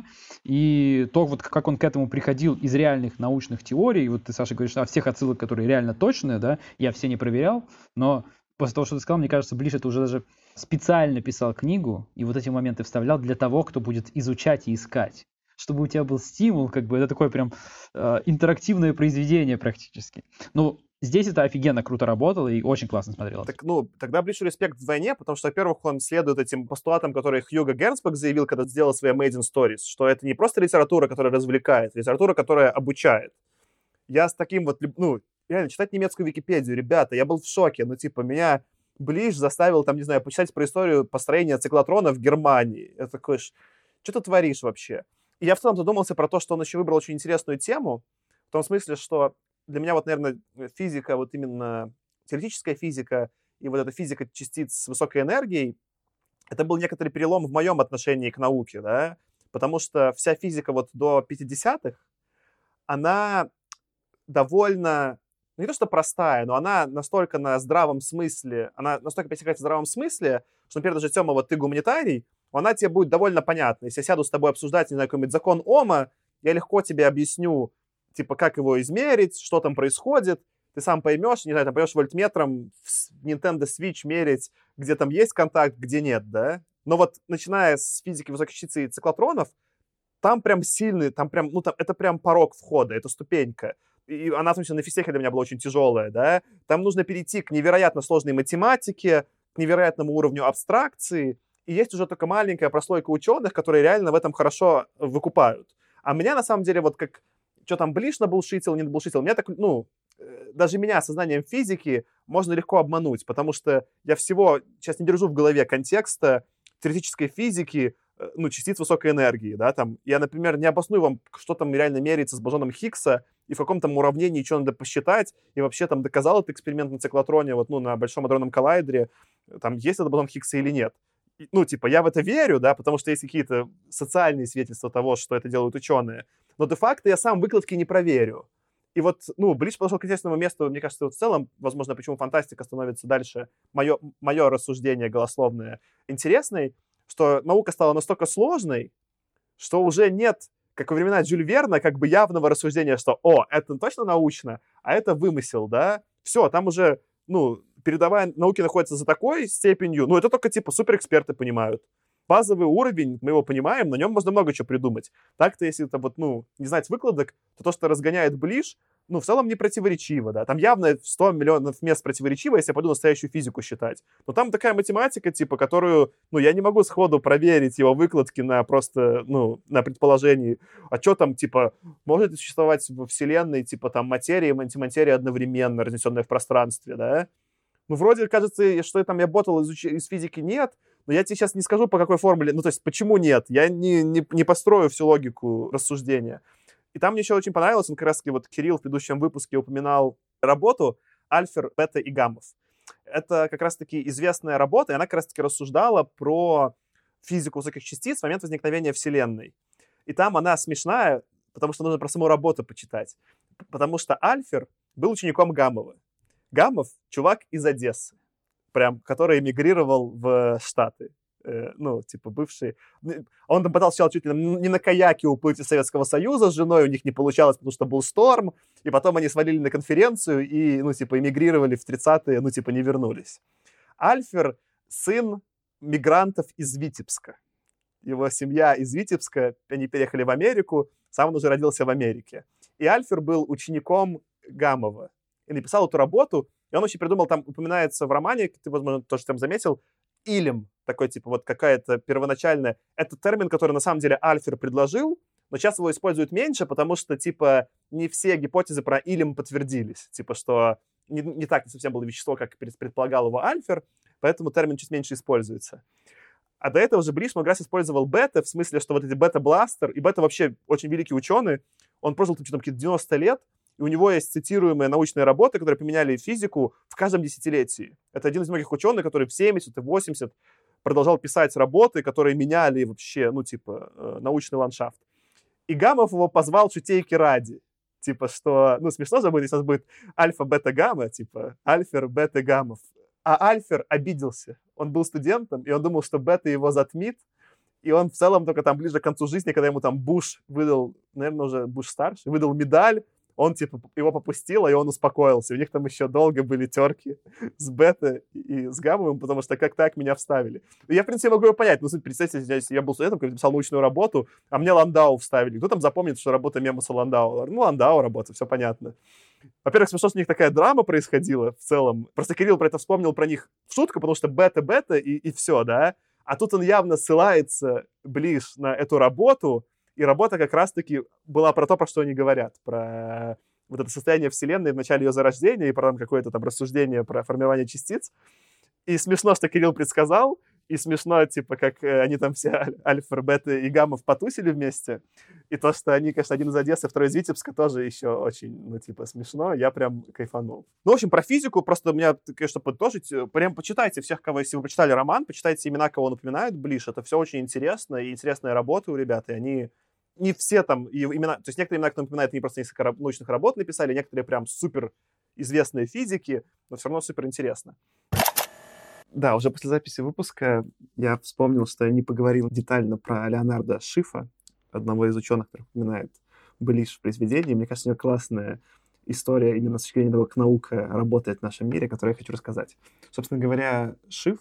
S2: и то, вот как он к этому приходил из реальных научных теорий, вот ты, Саша, говоришь о всех отсылок, которые реально точные, да, я все не проверял, но после того, что ты сказал, мне кажется, Блиш это уже даже специально писал книгу, и вот эти моменты вставлял для того, кто будет изучать и искать, чтобы у тебя был стимул, как бы это такое прям интерактивное произведение практически. Ну, здесь это офигенно круто работало и очень классно смотрелось.
S1: Так, ну, тогда Блишу респект вдвойне, потому что, во-первых, он следует этим постулатам, которые Хьюго Герцберг заявил, когда сделал свои Amazing Stories, что это не просто литература, которая развлекает, литература, которая обучает. Я с таким вот, ну, реально, читать немецкую Википедию, ребята, я был в шоке, ну, типа, меня Блиш заставил, там, не знаю, почитать про историю построения циклотрона в Германии. Я такой, что ты творишь вообще? И я в целом задумался про то, что он еще выбрал очень интересную тему, в том смысле, что для меня вот, наверное, физика, вот именно теоретическая физика и вот эта физика частиц с высокой энергией, это был некоторый перелом в моем отношении к науке, да, потому что вся физика вот до 50-х, она довольно, ну, не то что простая, но она настолько на здравом смысле, она настолько пересекается в здравом смысле, что, например, даже, Тёма, вот ты гуманитарий, она тебе будет довольно понятна. Если я сяду с тобой обсуждать, не знаю, какой-нибудь закон Ома, я легко тебе объясню, типа, как его измерить, что там происходит, ты сам поймешь, не знаю, там пойдешь вольтметром в Nintendo Switch мерить, где там есть контакт, где нет, да? Но вот начиная с физики высоких частиц и циклотронов, там прям сильный, там прям, ну, там, это прям порог входа, это ступенька. И она, в смысле, на физтехе для меня была очень тяжелая, да? Там нужно перейти к невероятно сложной математике, к невероятному уровню абстракции, и есть уже только маленькая прослойка ученых, которые реально в этом хорошо выкупают. А меня, на самом деле, вот как, что там, Блиш набулшитил, не набулшитил, меня так, ну, даже меня сознанием физики можно легко обмануть, потому что я всего сейчас не держу в голове контекста теоретической физики, ну, частиц высокой энергии, да, там, я, например, не обосную вам, что там реально меряется с бозоном Хиггса, и в каком там уравнении что надо посчитать, и вообще там доказал этот эксперимент на циклотроне, вот, ну, на Большом адронном коллайдере, там, есть этот бозон Хиггса или нет. Ну, типа, я в это верю, да, потому что есть какие-то социальные свидетельства того, что это делают ученые, но де-факто я сам выкладки не проверю. И вот, ну, Блич подошел к интересному месту, мне кажется, вот в целом, возможно, почему фантастика становится дальше, мое рассуждение голословное, интересной, что наука стала настолько сложной, что уже нет, как во времена Жюль Верна, как бы явного рассуждения, что, это точно научно, а это вымысел, да, все, там уже, ну, передовая науки находится за такой степенью, ну, это только, типа, суперэксперты понимают. Базовый уровень, мы его понимаем, на нем можно много чего придумать. Так-то, если это вот, ну, не знать выкладок, то что разгоняет Блиш, ну, в целом не противоречиво, да. Там явно 100 миллионов мест противоречиво, если я пойду настоящую физику считать. Но там такая математика, типа, которую, ну, я не могу сходу проверить его выкладки на просто, ну, на предположении. А что там, типа, может ли существовать во Вселенной, типа, там, материя и антиматерия одновременно, разнесенная в пространстве, да? Ну, вроде, кажется, что там я ботал из физики, нет, но я тебе сейчас не скажу, по какой формуле, ну, то есть, почему нет, я не построю всю логику рассуждения. И там мне еще очень понравилось, он как раз-таки, вот Кирилл в предыдущем выпуске упоминал работу Альфер, Бета и Гаммов. Это как раз-таки известная работа, и она как раз-таки рассуждала про физику высоких частиц в момент возникновения Вселенной. И там она смешная, потому что нужно про саму работу почитать. Потому что Альфер был учеником Гаммова. Гаммов — чувак из Одессы, прям, который эмигрировал в Штаты. Ну, типа, бывший. Он там пытался сначала чуть ли не на каяке уплыть из Советского Союза с женой, у них не получалось, потому что был шторм, и потом они свалили на конференцию и, ну, типа, эмигрировали в 30-е, ну, типа, не вернулись. Альфер — сын мигрантов из Витебска. Его семья из Витебска, они переехали в Америку, сам он уже родился в Америке. И Альфер был учеником Гаммова и написал эту работу, и он очень придумал, там упоминается в романе, ты, возможно, тоже там заметил, илем, такой, типа, вот какая-то первоначальная... Это термин, который, на самом деле, Альфер предложил, но сейчас его используют меньше, потому что, типа, не все гипотезы про илем подтвердились. Типа, что не так совсем было вещество, как предполагал его Альфер, поэтому термин чуть меньше используется. А до этого же Блиш много раз использовал бета, в смысле, что вот эти бета-бластер, и бета вообще очень великий ученый, он прожил там что-то какие-то 90 лет, и у него есть цитируемые научные работы, которые поменяли физику в каждом десятилетии. Это один из многих ученых, который в 70 и 80 продолжал писать работы, которые меняли вообще, ну, типа, научный ландшафт. И Гамов его позвал шутейки ради. Типа, что, ну, смешно же будет, если у нас будет альфа-бета-гамма, типа, альфер-бета-гаммов. А Альфер обиделся. Он был студентом, и он думал, что бета его затмит. И он в целом только там ближе к концу жизни, когда ему там Буш выдал, наверное, уже Буш-старший, выдал медаль, он, типа, его попустил, и он успокоился. У них там еще долго были терки с Бета и с Гамовым, потому что как так меня вставили. И я, в принципе, могу его понять. Ну, представьте, если я был студентом, когда писал научную работу, а мне Ландау вставили. Кто там запомнит, что работа Мемуса Ландау? Ну, Ландау работа, все понятно. Во-первых, смешно, что у них такая драма происходила в целом. Просто Кирилл про это вспомнил про них в шутку, потому что бета-бета и все, да? А тут он явно ссылается ближе на эту работу, и работа как раз-таки была про то, про что они говорят, про вот это состояние Вселенной в начале ее зарождения и про там какое-то там рассуждение про формирование частиц. И смешно, что Кирилл предсказал, и смешно, типа, как они там все альфа, бета и гаммов потусили вместе. И то, что они, конечно, один из Одессы, второй из Витебска, тоже еще очень, ну, типа, смешно. Я прям кайфанул. Ну, в общем, про физику просто меня, конечно, подытожить. Прям почитайте всех, кого, если вы прочитали роман, почитайте имена, кого напоминают ближе. Это все очень интересно, и интересная работа у ребят, и они... Не все там имена... То есть некоторые имена, кто напоминает, они просто несколько научных работ написали, некоторые прям супер известные физики, но все равно супер интересно. Да, уже после записи выпуска я вспомнил, что я не поговорил детально про Леонардо Шифа, одного из ученых, который упоминает Блиш в произведении. Мне кажется, у него классная история именно с точки зрения того, как наука работает в нашем мире, которую я хочу рассказать. Собственно говоря, Шиф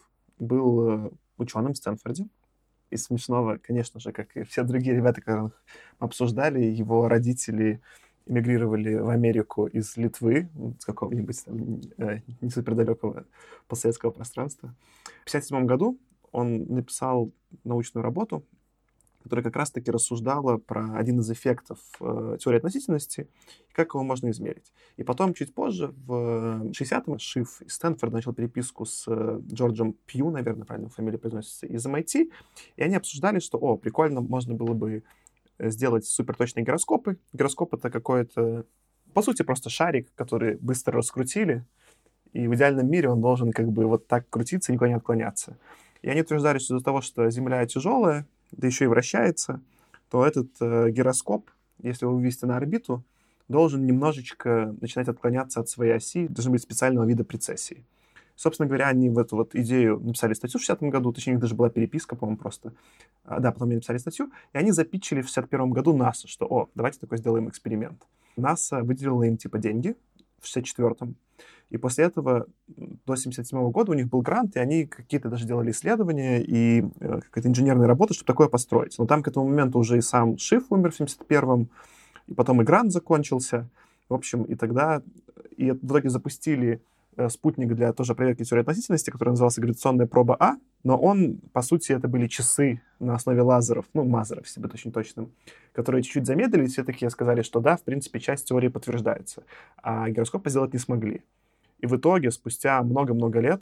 S1: был ученым в Стэнфорде. Из смешного, конечно же, как и все другие ребята, которых мы обсуждали, его родители эмигрировали в Америку из Литвы, с какого-нибудь там не супердалекого постсоветского пространства. В 1957 году он написал научную работу, которая как раз-таки рассуждала про один из эффектов теории относительности и как его можно измерить. И потом, чуть позже, в 60-м, Шиф из Стэнфорда начал переписку с Джорджем Пью, наверное, правильно фамилия произносится, из MIT, и они обсуждали, что, прикольно, можно было бы сделать суперточные гироскопы. Гироскоп — это какой-то, по сути, просто шарик, который быстро раскрутили, и в идеальном мире он должен как бы вот так крутиться и никуда не отклоняться. И они утверждали, что из-за того, что Земля тяжелая, да еще и вращается, то этот гироскоп, если его вывести на орбиту, должен немножечко начинать отклоняться от своей оси, должен быть специального вида прецессии. Собственно говоря, они в эту вот идею написали статью в 60-м году, точнее, у них даже была переписка, по-моему, просто. Да, потом они написали статью, и они запитчили в 61-м году НАСА, что, давайте такой сделаем эксперимент. НАСА выделила им, типа, деньги в 64-м, и после этого до 77-го года у них был грант, и они какие-то даже делали исследования и какая-то инженерная работа, чтобы такое построить. Но там к этому моменту уже и сам Шиф умер в 71-м, и потом и грант закончился. В общем, и тогда и в итоге запустили спутник для тоже проверки теории относительности, который назывался гравитационная проба А, но он, по сути, это были часы на основе лазеров, мазеров, если быть очень точным, которые чуть-чуть замедлились, все такие сказали, что да, в принципе, часть теории подтверждается, а гироскопы сделать не смогли. И в итоге, спустя много-много лет,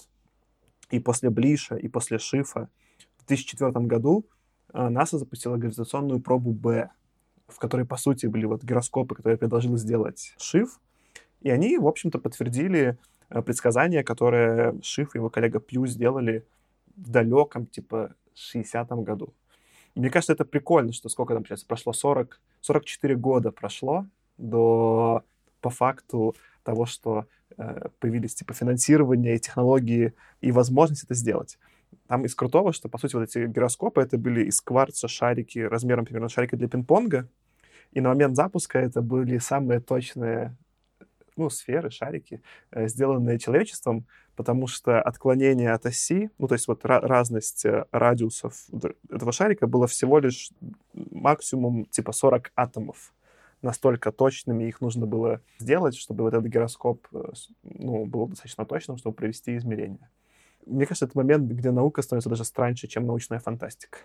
S1: и после Блиша, и после Шифа, в 2004 году НАСА запустила гравитационную пробу Б, в которой, по сути, были вот гироскопы, которые предложил сделать Шиф, и они, в общем-то, подтвердили предсказания, которые Шиф и его коллега Пью сделали в далеком, типа, 60-м году. И мне кажется, это прикольно, что сколько там сейчас прошло, 44 года прошло до, по факту, того, что появились, типа, финансирование и технологии и возможность это сделать. Там из крутого, что, по сути, вот эти гироскопы, это были из кварца шарики размером примерно шарика для пинг-понга, и на момент запуска это были самые точные сферы, шарики, сделанные человечеством, потому что отклонение от оси, то есть вот разность радиусов этого шарика было всего лишь максимум типа 40 атомов. Настолько точными их нужно было сделать, чтобы вот этот гироскоп был достаточно точным, чтобы провести измерения. Мне кажется, это момент, где наука становится даже страньше, чем научная фантастика.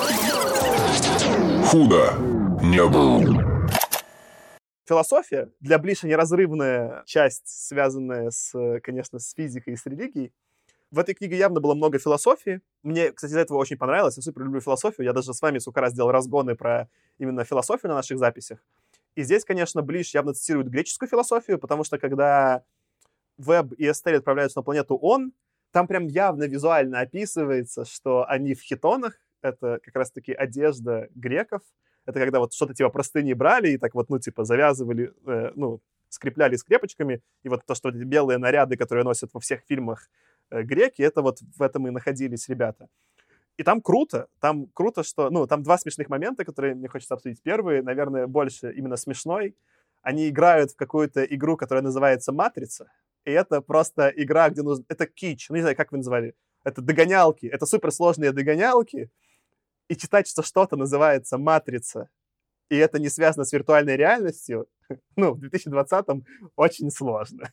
S4: Худо не было.
S1: Философия для Блиша неразрывная часть, связанная конечно, с физикой и с религией. В этой книге явно было много философии. Мне, кстати, из-за этого очень понравилось. Я супер люблю философию. Я даже с вами сколько раз делал разгоны про именно философию на наших записях. И здесь, конечно, Блиш явно цитирует греческую философию, потому что когда Веб и Эстель отправляются на планету Он, там прям явно визуально описывается, что они в хитонах. Это как раз-таки одежда греков. Это когда вот что-то типа простыни брали и так вот, ну, типа завязывали, скрепляли скрепочками, и вот то, что эти белые наряды, которые носят во всех фильмах греки, это вот в этом и находились ребята. И там круто, что, там два смешных момента, которые мне хочется обсудить. Первый, наверное, больше именно смешной. Они играют в какую-то игру, которая называется «Матрица», и это просто игра, где нужно... Это кич, не знаю, как вы называли. Это догонялки, это суперсложные догонялки, и читать, что что-то называется «Матрица», и это не связано с виртуальной реальностью, в 2020-м очень сложно.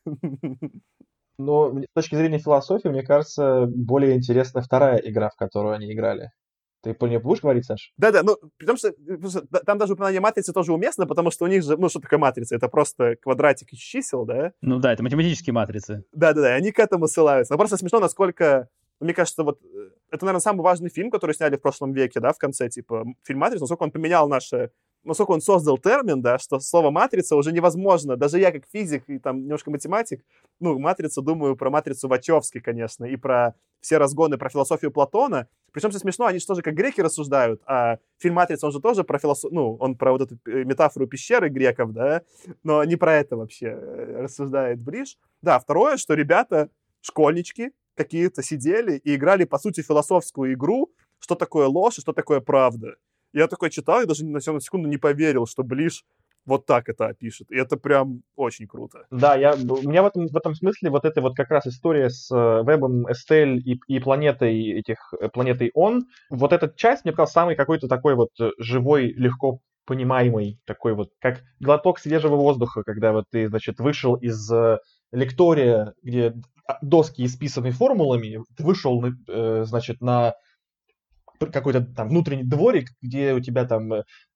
S3: Но с точки зрения философии, мне кажется, более интересна вторая игра, в которую они играли. Ты по ней будешь говорить, Саш?
S1: Да-да, потому что там даже упоминание матрицы тоже уместно, потому что у них же, что такое матрица? Это просто квадратик из чисел, да?
S2: Ну да, это математические матрицы.
S1: Да-да-да, они к этому ссылаются. Но просто смешно, насколько... Мне кажется, вот это, наверное, самый важный фильм, который сняли в прошлом веке, да, в конце, типа, фильм «Матрица», насколько он поменял насколько он создал термин, да, что слово «матрица» уже невозможно. Даже я, как физик и там немножко математик, «Матрицу» думаю про «Матрицу» Вачовски, конечно, и про все разгоны, про философию Платона. Причем, что смешно, они же тоже как греки рассуждают, а фильм «Матрица», он же тоже про он про вот эту метафору пещеры греков, да, но не про это вообще рассуждает Бриш. Да, второе, что ребята, школьнички, какие-то сидели и играли, по сути, философскую игру, что такое ложь и что такое правда. Я такой читал и даже на секунду не поверил, что Блиш вот так это опишет. И это прям очень круто.
S3: Да, у меня в этом смысле вот эта вот как раз история с вебом Эстель и планетой Он, вот эта часть мне показалась самой какой-то такой вот живой, легко понимаемый, такой вот, как глоток свежего воздуха, когда вот ты, значит, вышел из лектория, где доски исписаны формулами, ты вышел, значит, на какой-то там внутренний дворик, где у тебя там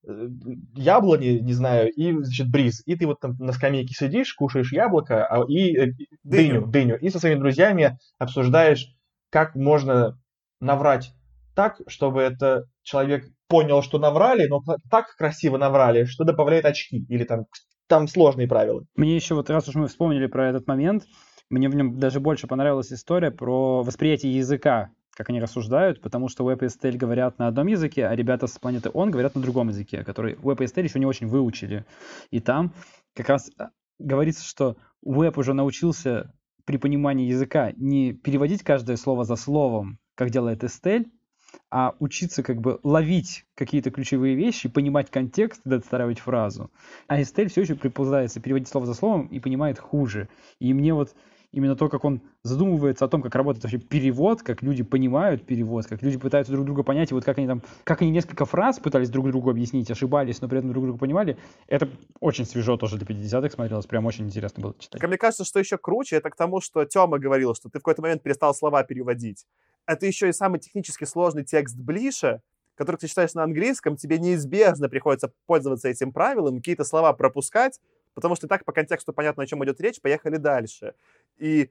S3: яблони, не знаю, и, значит, бриз. И ты вот там на скамейке сидишь, кушаешь яблоко и дыню. И со своими друзьями обсуждаешь, как можно наврать так, чтобы это человек понял, что наврали, но так красиво наврали, что добавляет очки. Или там сложные правила.
S2: Мне еще вот, раз уж мы вспомнили про этот момент, мне в нем даже больше понравилась история про восприятие языка, как они рассуждают, потому что Уэб и Эстель говорят на одном языке, а ребята с планеты Он говорят на другом языке, который Уэб и Эстель еще не очень выучили. И там как раз говорится, что Уэб уже научился при понимании языка не переводить каждое слово за словом, как делает Эстель, а учиться как бы ловить какие-то ключевые вещи, понимать контекст, достраивать фразу. А Эстель все еще приползается переводить слово за словом и понимает хуже. И мне вот именно то, как он задумывается о том, как работает вообще перевод, как люди понимают перевод, как люди пытаются друг друга понять, и вот как они несколько фраз пытались друг другу объяснить, ошибались, но при этом друг друга понимали, это очень свежо тоже для 50-х смотрелось, прям очень интересно было читать.
S1: Мне кажется, что еще круче, это к тому, что Тёма говорил, что ты в какой-то момент перестал слова переводить. Это еще и самый технически сложный текст Блиша, который ты читаешь на английском, тебе неизбежно приходится пользоваться этим правилом, какие-то слова пропускать, потому что и так по контексту понятно, о чем идет речь, поехали дальше. И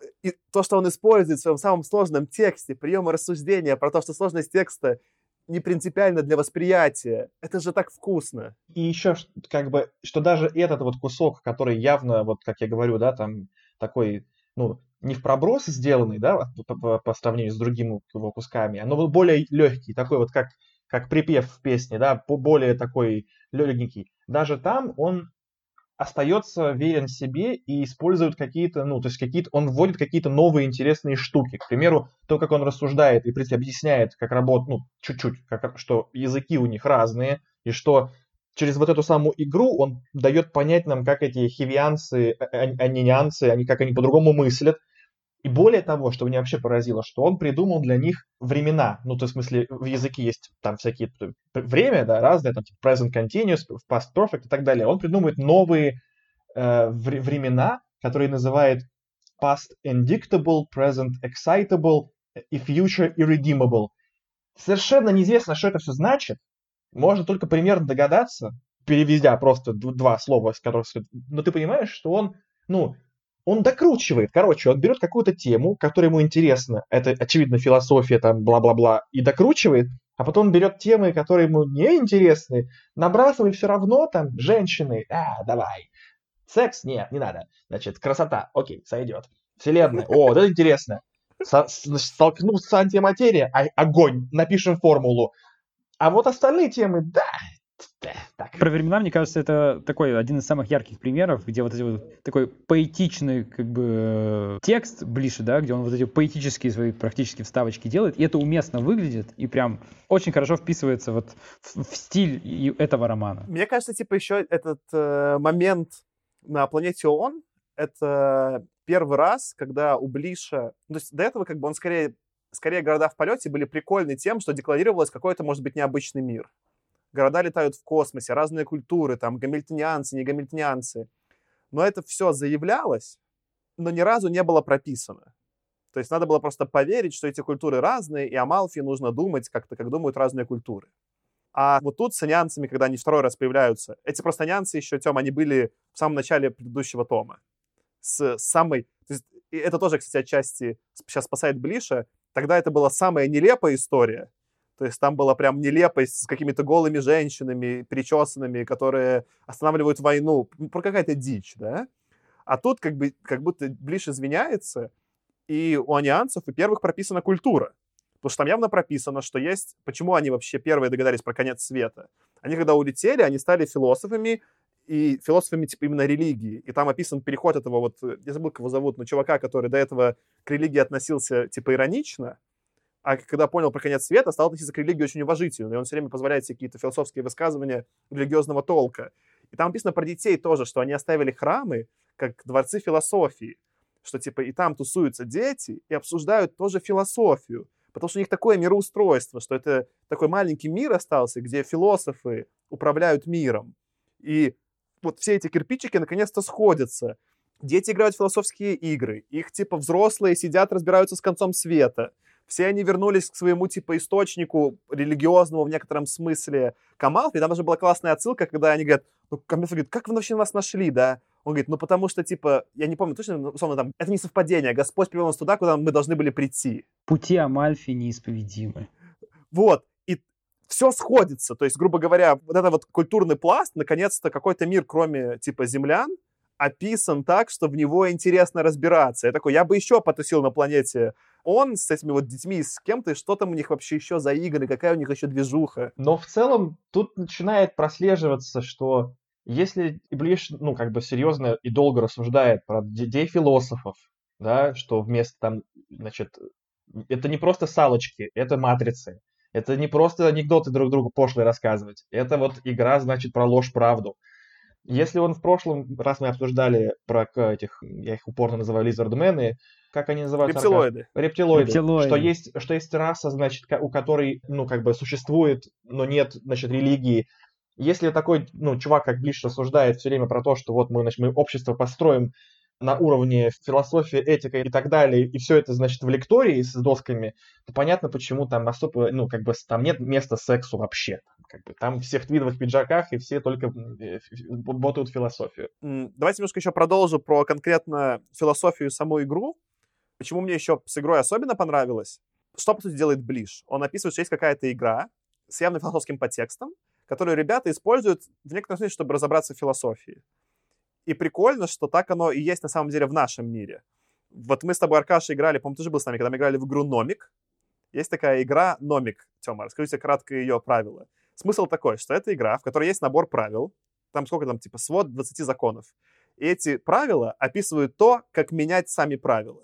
S1: то, что он использует в своем самом сложном тексте, приемы рассуждения про то, что сложность текста не принципиально для восприятия, это же так вкусно.
S3: И еще как бы, что даже этот вот кусок, который явно, вот как я говорю, да, там такой, не в проброс сделанный, да, по сравнению с другими его кусками, но был более легкий, такой вот как припев в песне, да, более такой легенький. Даже там он остается верен себе и использует какие-то, он вводит какие-то новые интересные штуки. К примеру, то, как он рассуждает и, в принципе, объясняет, как работает, чуть-чуть, что языки у них разные, и что через вот эту самую игру он дает понять нам, как эти хивианцы, анинианцы, как они по-другому мыслят. И более того, что меня вообще поразило, что он придумал для них времена. То есть, в смысле, в языке есть там всякие время, да, разные, там, типа present continuous, past perfect и так далее. Он придумывает новые времена, которые называет past indictable, present excitable и future irredeemable. Совершенно неизвестно, что это все значит. Можно только примерно догадаться, переведя просто два слова, с которых... Но ты понимаешь, что он докручивает. Короче, он берет какую-то тему, которая ему интересна. Это, очевидно, философия, там, бла-бла-бла, и докручивает. А потом он берет темы, которые ему не интересны, набрасывает все равно, там, женщины, давай. Секс? Нет, не надо. Значит, красота, окей, сойдет. Вселенная, вот это интересно. Столкнулся с антиматерией, огонь, напишем формулу. А вот остальные темы, да, Так.
S2: Про времена, мне кажется, это такой один из самых ярких примеров, где вот эти вот такой поэтичный как бы текст ближе, да, где он вот эти поэтические свои практически вставочки делает, и это уместно выглядит, и прям очень хорошо вписывается вот в стиль этого романа.
S1: Мне кажется, типа еще этот момент на планете ООН, это первый раз, когда у Блиша... То есть до этого как бы он скорее города в полете были прикольны тем, что декларировалось какой-то, может быть, необычный мир. Города летают в космосе, разные культуры, там, гамильтонианцы, не гамильтонианцы. Но это все заявлялось, но ни разу не было прописано. То есть надо было просто поверить, что эти культуры разные, и о Малфе нужно думать как-то, как думают разные культуры. А вот тут с анианцами, когда они второй раз появляются, эти просто анианцы еще, Тём, они были в самом начале предыдущего тома. То есть, и это тоже, кстати, отчасти сейчас спасает Блиша. Тогда это была самая нелепая история. То есть там была прям нелепость с какими-то голыми женщинами, причесанными, которые останавливают войну. Про какая-то дичь, да? А тут как будто Блиш извиняется, и у анианцев и первых прописана культура. Потому что там явно прописано, что есть... Почему они вообще первые догадались про конец света? Они когда улетели, они стали философами, и философами типа именно религии. И там описан переход этого вот... Я забыл, как его зовут, но чувака, который до этого к религии относился типа иронично, а когда понял про конец света, стал относиться к религии очень уважительно. И он все время позволяет себе какие-то философские высказывания религиозного толка. И там написано про детей тоже, что они оставили храмы как дворцы философии. Что типа и там тусуются дети и обсуждают тоже философию. Потому что у них такое мироустройство, что это такой маленький мир остался, где философы управляют миром. И вот все эти кирпичики наконец-то сходятся. Дети играют в философские игры. Их типа взрослые сидят, разбираются с концом света. Все они вернулись к своему типа источнику религиозному в некотором смысле к Малфе. И там даже была классная отсылка, когда они говорят, Малфой говорит, как вы вообще нас нашли, да? Он говорит, потому что, типа, я не помню точно, но, условно, там, это не совпадение, Господь привел нас туда, куда мы должны были прийти.
S2: Пути Амальфи неисповедимы.
S1: Вот, и все сходится, то есть, грубо говоря, вот этот вот культурный пласт, наконец-то какой-то мир, кроме, типа, землян, описан так, что в него интересно разбираться. Я такой, я бы еще потусил на планете Он с этими вот детьми, с кем-то, и что там у них вообще еще за игры, какая у них еще движуха.
S3: Но в целом тут начинает прослеживаться, что если Блиш, серьезно и долго рассуждает про детей философов, да, что вместо там, это не просто салочки, это матрицы, это не просто анекдоты друг другу пошлые рассказывать, это вот игра, значит, про ложь-правду. Если он в прошлом раз мы обсуждали про этих, я их упорно называю лизардмены, как они называются?
S1: Рептилоиды.
S3: Что есть раса, значит, у которой, существует, но нет, значит, религии. Если такой, чувак, как Блиш, рассуждает все время про то, что вот мы общество построим на уровне философии, этика и так далее, и все это, значит, в лектории с досками, то понятно, почему там особо, там нет места сексу вообще. Там все в твидовых пиджаках, и все только ботают философию.
S1: Давайте немножко еще продолжу про конкретно философию и саму игру. Почему мне еще с игрой особенно понравилось? Что, по сути, делает Блиш? Он описывает, что есть какая-то игра с явным философским подтекстом, которую ребята используют в некотором смысле, чтобы разобраться в философии. И прикольно, что так оно и есть на самом деле в нашем мире. Вот мы с тобой, Аркаша, играли, по-моему, ты же был с нами, когда мы играли в игру Номик. Есть такая игра Номик. Тёма, расскажите кратко ее правила. Смысл такой, что это игра, в которой есть набор правил. Там сколько там, типа, свод 20 законов. И эти правила описывают то, как менять сами правила.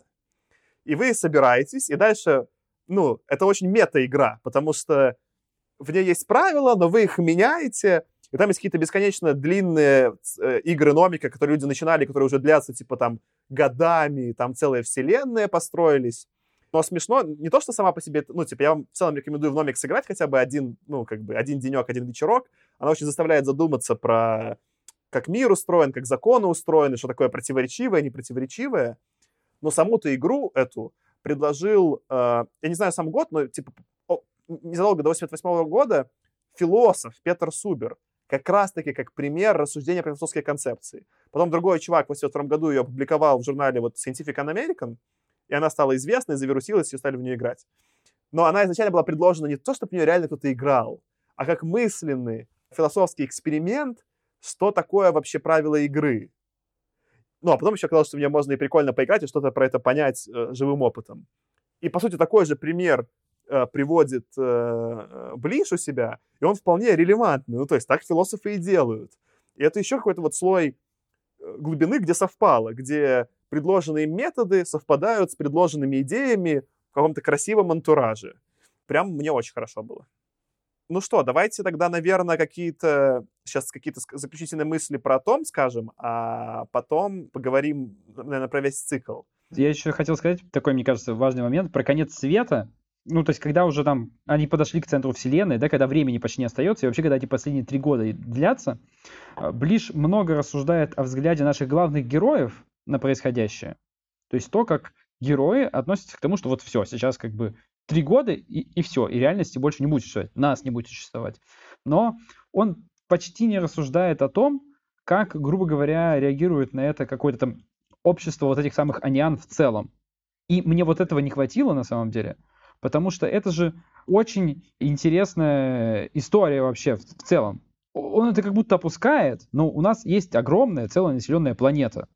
S1: И вы собираетесь, и дальше, это очень мета-игра, потому что в ней есть правила, но вы их меняете, и там есть какие-то бесконечно длинные игры Номика, которые люди начинали, которые уже длятся, типа, там, годами, там целые вселенные построились. Но смешно, не то, что сама по себе, я вам в целом рекомендую в Номик сыграть хотя бы один денек, один вечерок. Она очень заставляет задуматься про как мир устроен, как законы устроены, что такое противоречивое, непротиворечивое. Но саму-то игру эту предложил, я не знаю сам год, но незадолго до 1988 года философ Петер Субер, как раз-таки как пример рассуждения про философские концепции. Потом другой чувак в 1982 году ее опубликовал в журнале Scientific American, и она стала известной, завирусилась, и стали в нее играть. Но она изначально была предложена не то, чтобы в нее реально кто-то играл, а как мысленный философский эксперимент, что такое вообще правила игры. А потом еще оказалось, что в нее можно и прикольно поиграть, и что-то про это понять живым опытом. И, по сути, такой же пример приводит Блиш у себя, и он вполне релевантный. Ну, то есть так философы и делают. И это еще какой-то вот слой глубины, где совпало, где предложенные методы совпадают с предложенными идеями в каком-то красивом антураже. Прям мне очень хорошо было. Ну что, давайте тогда, наверное, сейчас какие-то заключительные мысли про Том скажем, а потом поговорим, наверное, про весь цикл.
S2: Я еще хотел сказать такой, мне кажется, важный момент про конец света. Ну, то есть, когда уже там они подошли к центру вселенной, да, когда времени почти не остается, и вообще, когда эти последние 3 года длятся, Блиш много рассуждает о взгляде наших главных героев на происходящее. То есть то, как герои относятся к тому, что вот все, сейчас как бы 3 года и все, и реальности больше не будет существовать, нас не будет существовать. Но он почти не рассуждает о том, как, грубо говоря, реагирует на это какое-то там общество вот этих самых аниан в целом. И мне вот этого не хватило на самом деле, потому что это же очень интересная история вообще в целом. Он это как будто опускает, но у нас есть огромная целая населенная планета.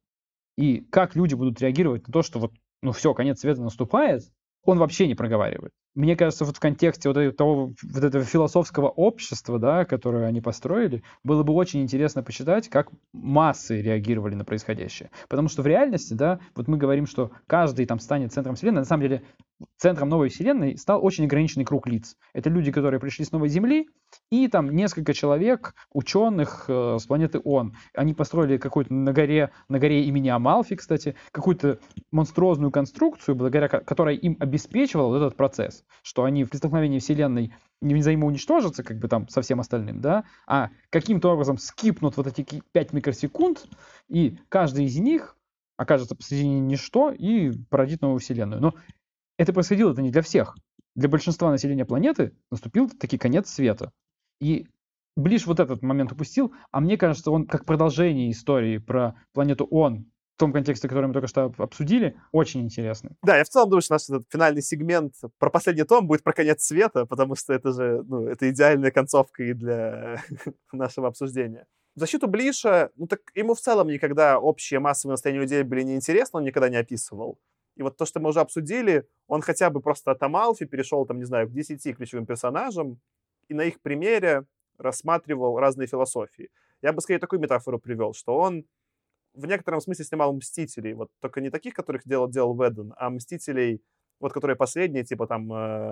S2: И как люди будут реагировать на то, что вот, ну все, конец света наступает, он вообще не проговаривает. Мне кажется, вот в контексте вот этого философского общества, да, которое они построили, было бы очень интересно почитать, как массы реагировали на происходящее. Потому что в реальности, да, вот мы говорим, что каждый там станет центром вселенной, на самом деле центром новой вселенной стал очень ограниченный круг лиц. Это люди, которые пришли с новой Земли, и там несколько человек, ученых с планеты Он. Они построили какую-то на горе имени Амалфи, кстати, какую-то монструозную конструкцию, благодаря которой им обеспечивал вот этот процесс, что они при столкновении вселенной не взаимоуничтожатся, как бы там со всем остальным, да, а каким-то образом скипнут вот эти 5 микросекунд, и каждый из них окажется посредине ничто и породит новую вселенную. Но это происходило не для всех. Для большинства населения планеты наступил таки конец света. И Блиш вот этот момент упустил, а мне кажется, он как продолжение истории про планету Он, в том контексте, который мы только что обсудили, очень интересный.
S1: Да, я в целом думаю, что наш этот финальный сегмент про последний том будет про конец света, потому что это же, это идеальная концовка и для нашего обсуждения. В защиту Блиша, так ему в целом никогда общее массовое настроение людей были неинтересны, он никогда не описывал. И вот то, что мы уже обсудили, он хотя бы просто от Амалфи перешел, там, не знаю, к 10 ключевым персонажам и на их примере рассматривал разные философии. Я бы скорее такую метафору привел, что он в некотором смысле снимал «Мстителей», вот только не таких, которых делал Вэддон, а «Мстителей», вот которые последние, типа там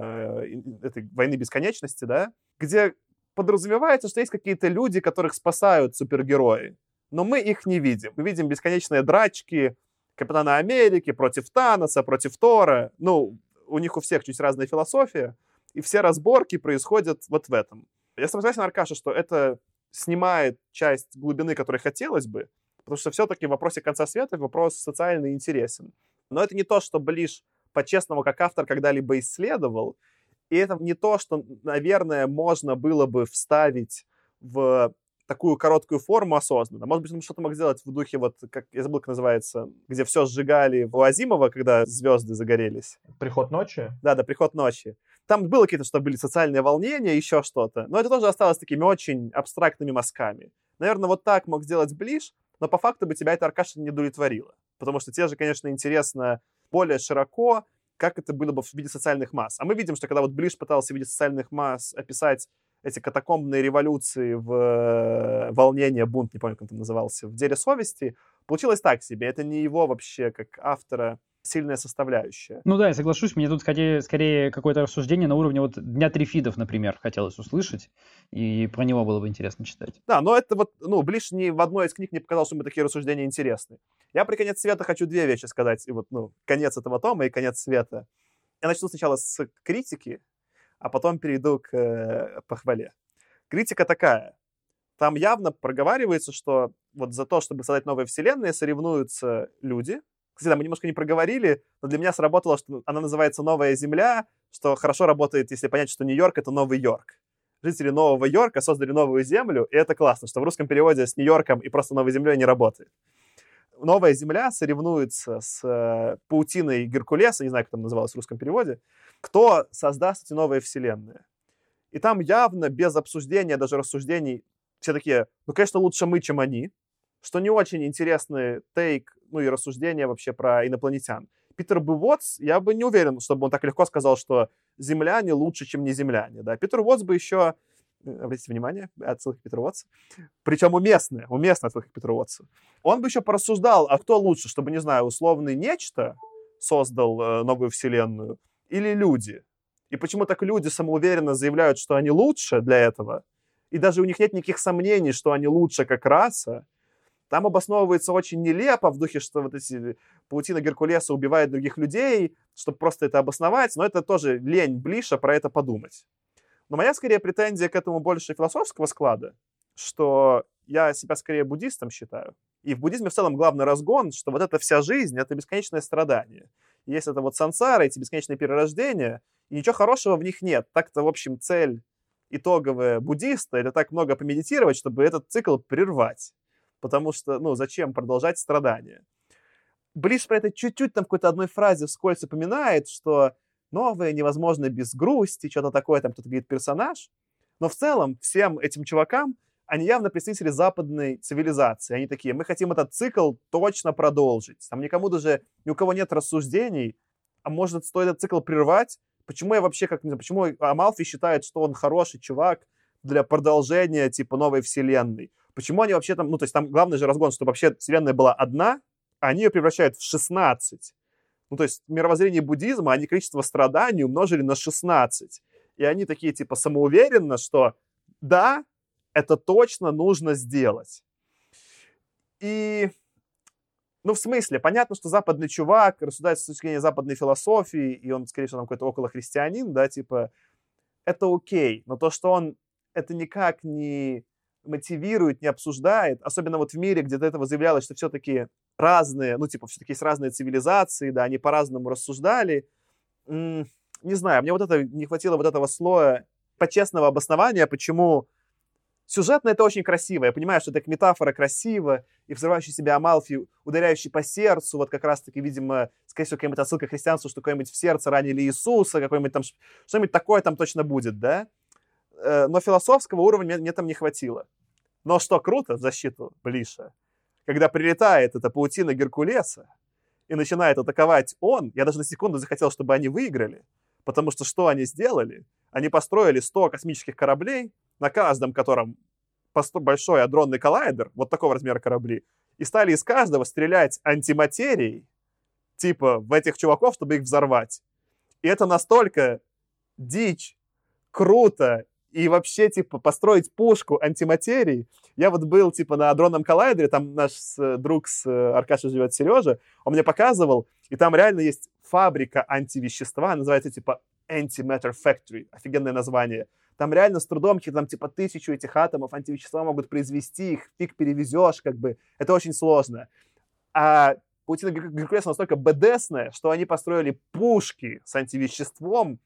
S1: этой «Войны бесконечности», да, где подразумевается, что есть какие-то люди, которых спасают супергерои, но мы их не видим. Мы видим бесконечные драчки Капитана Америки против Таноса, против Тора. У них у всех чуть разная философия, и все разборки происходят вот в этом. Я согласен, Аркаша, что это снимает часть глубины, которой хотелось бы, потому что все-таки в вопросе конца света вопрос социально интересен. Но это не то, что Блиш по-честному как автор когда-либо исследовал, и это не то, что, наверное, можно было бы вставить в такую короткую форму осознанно. Может быть, он что-то мог сделать в духе, вот, как я забыл, как называется, где все сжигали у Азимова, когда звезды загорелись.
S3: «Приход ночи»?
S1: Да, «Приход ночи». Там было какие-то, что были социальные волнения, еще что-то. Но это тоже осталось такими очень абстрактными мазками. Наверное, вот так мог сделать Блиш, но по факту бы тебя это, Аркаша, не удовлетворило. Потому что тебе же, конечно, интересно более широко, как это было бы в виде социальных масс. А мы видим, что когда вот Блиш пытался в виде социальных масс описать эти катакомбные революции в волнение, бунт, не помню, как он там назывался, в «Деле совести», получилось так себе. Это не его вообще, как автора, сильная составляющая.
S2: Ну да, я соглашусь. Мне тут скорее какое-то рассуждение на уровне вот «Дня Трифидов», например, хотелось услышать, и про него было бы интересно читать.
S1: Да, но это вот, Блиш ни в одной из книг не показал, что ему такие рассуждения интересны. Я при «Конец света» хочу 2 вещи сказать. И вот, конец этого тома и «Конец света». Я начну сначала с критики, а потом перейду к похвале. Критика такая. Там явно проговаривается, что вот за то, чтобы создать новые вселенные, соревнуются люди. Кстати, мы немножко не проговорили, но для меня сработало, что она называется «Новая Земля», что хорошо работает, если понять, что Нью-Йорк — это Новый Йорк. Жители Нового Йорка создали новую землю, и это классно, что в русском переводе с Нью-Йорком и просто Новой Землей не работает. Новая Земля соревнуется с паутиной Геркулеса, не знаю, как там называлось в русском переводе, кто создаст эти новые вселенные. И там явно без обсуждения, даже рассуждений, все такие, конечно, лучше мы, чем они, что не очень интересный тейк, и рассуждения вообще про инопланетян. Питер бы Уотс, я бы не уверен, чтобы он так легко сказал, что земляне лучше, чем неземляне, да. Питер Уотс бы еще, обратите внимание, отсылка к Питеру Уотсу, причем уместная отсылка к Питеру Уотсу, он бы еще порассуждал, а кто лучше, чтобы, не знаю, условный нечто создал новую вселенную или люди. И почему так люди самоуверенно заявляют, что они лучше для этого, и даже у них нет никаких сомнений, что они лучше как раса, там обосновывается очень нелепо в духе, что вот эти паутина Геркулеса убивает других людей, чтобы просто это обосновать, но это тоже лень Блиша про это подумать. Но моя, скорее, претензия к этому больше философского склада, что я себя, скорее, буддистом считаю. И в буддизме в целом главный разгон, что вот эта вся жизнь — это бесконечное страдание. И если это вот сансара, эти бесконечные перерождения, и ничего хорошего в них нет. Так-то, в общем, цель итоговая буддиста — это так много помедитировать, чтобы этот цикл прервать. Потому что, ну, зачем продолжать страдания? Блиш про это чуть-чуть там в какой-то одной фразе вскользь упоминает, что новое невозможно без грусти, что-то такое, там кто-то говорит персонаж. Но в целом всем этим чувакам они явно представители западной цивилизации. Они такие, мы хотим этот цикл точно продолжить. Там никому даже, ни у кого нет рассуждений, а может, стоит этот цикл прервать? Почему я вообще, как не знаю, почему Амалфи считает, что он хороший чувак для продолжения, типа, новой вселенной? Почему они вообще там, ну, то есть там главный же разгон, чтобы вообще вселенная была одна, а они ее превращают в 16. Ну, то есть в мировоззрении буддизма они количество страданий умножили на 16. И они такие, типа, самоуверенно, что да, это точно нужно сделать. И, ну, в смысле, понятно, что западный чувак рассуждает с точки зрения западной философии, и он, скорее всего, какой-то околохристианин, да, типа, это окей. Но то, что он это никак не мотивирует, не обсуждает, особенно вот в мире, где до этого заявлялось, что все-таки разные, ну, типа, все-таки есть разные цивилизации, да, они по-разному рассуждали. Не знаю, мне вот это не хватило вот этого слоя почестного обоснования, почему сюжетно это очень красиво. Я понимаю, что это как метафора красиво, и взрывающий себя Амалфи, ударяющий по сердцу, вот как раз-таки, видимо, скорее всего, какая-нибудь отсылка к христианству, что какое-нибудь в сердце ранили Иисуса, какое-нибудь там, что-нибудь такое там точно будет, да? Но философского уровня мне там не хватило. Но что круто в защиту Блиша, когда прилетает эта паутина Геркулеса и начинает атаковать он, я даже на секунду захотел, чтобы они выиграли, потому что они сделали? Они построили 100 космических кораблей, на каждом котором большой адронный коллайдер, вот такого размера корабли, и стали из каждого стрелять антиматерией, типа в этих чуваков, чтобы их взорвать. И это настолько дичь, круто, и вообще, типа, построить пушку антиматерии. Я вот был, типа, на адронном коллайдере, там наш друг с Аркашей живет, Сережа, он мне показывал, и там реально есть фабрика антивещества, называется, типа, Antimatter Factory, офигенное название. Там реально с трудом, там, типа, 1000 этих атомов антивещества могут произвести, их фиг перевезешь, как бы, это очень сложно. А паутина Геркулеса настолько БДСная, что они построили пушки с антивеществом.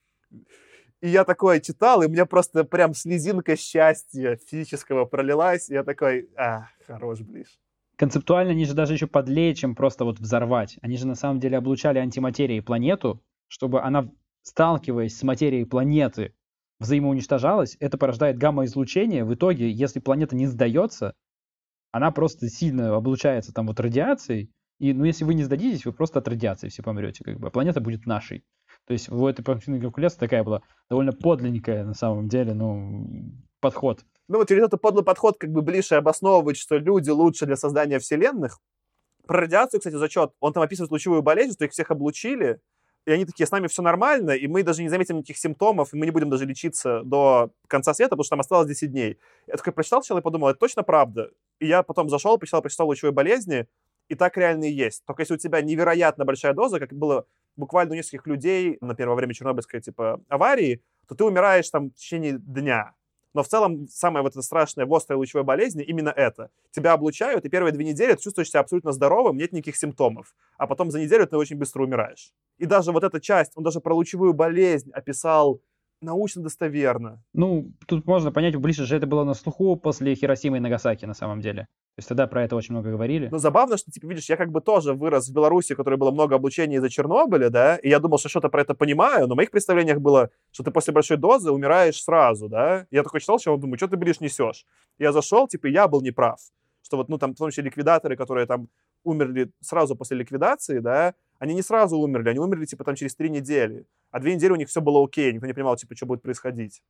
S1: И я такое читал, и у меня просто прям слезинка счастья физического пролилась. И я такой, хорош, Блиш.
S2: Концептуально они же даже еще подлее, чем просто вот взорвать. Они же на самом деле облучали антиматерией планету, чтобы она, сталкиваясь с материей планеты, взаимоуничтожалась. Это порождает гамма-излучение. В итоге, если планета не сдается, она просто сильно облучается там вот радиацией. И, ну, если вы не сдадитесь, вы просто от радиации все помрете, как бы. А планета будет нашей. То есть у этой паутины Геркулеса такая была довольно подлинненькая, на самом деле, ну, подход.
S1: Ну, вот через этот подлый подход как бы Блиш обосновывает, что люди лучше для создания вселенных. Про радиацию, кстати, зачет. Он там описывает лучевую болезнь, что их всех облучили, и они такие, с нами все нормально, и мы даже не заметим никаких симптомов, и мы не будем даже лечиться до конца света, потому что там осталось 10 дней. Я такой прочитал сначала и подумал, это точно правда. И я потом зашел, прочитал лучевой болезни, и так реально и есть. Только если у тебя невероятно большая доза, как было буквально у нескольких людей, например, во время Чернобыльской, типа, аварии, то ты умираешь там в течение дня. Но в целом самая вот эта страшная острая лучевая болезнь именно это. Тебя облучают, и первые 2 недели ты чувствуешь себя абсолютно здоровым, нет никаких симптомов. А потом за неделю ты очень быстро умираешь. И даже вот эта часть, он даже про лучевую болезнь описал научно достоверно.
S2: Ну, тут можно понять, ближе же это было на слуху после Хиросимы и Нагасаки, на самом деле. То есть тогда про это очень много говорили.
S1: Но забавно, что, типа, видишь, я как бы тоже вырос в Беларуси, в которой было много облучения из-за Чернобыля, да, и я думал, что что-то про это понимаю, но в моих представлениях было, что ты после большой дозы умираешь сразу, да. Я такой читал, что думаю, что ты, блин, несешь? Я зашел, типа, я был неправ. Что вот, ну, там, в том числе ликвидаторы, которые там умерли сразу после ликвидации, да, Они не сразу умерли, они умерли, типа, там через 3 недели. А 2 недели у них все было окей, никто не понимал, типа, что будет происходить.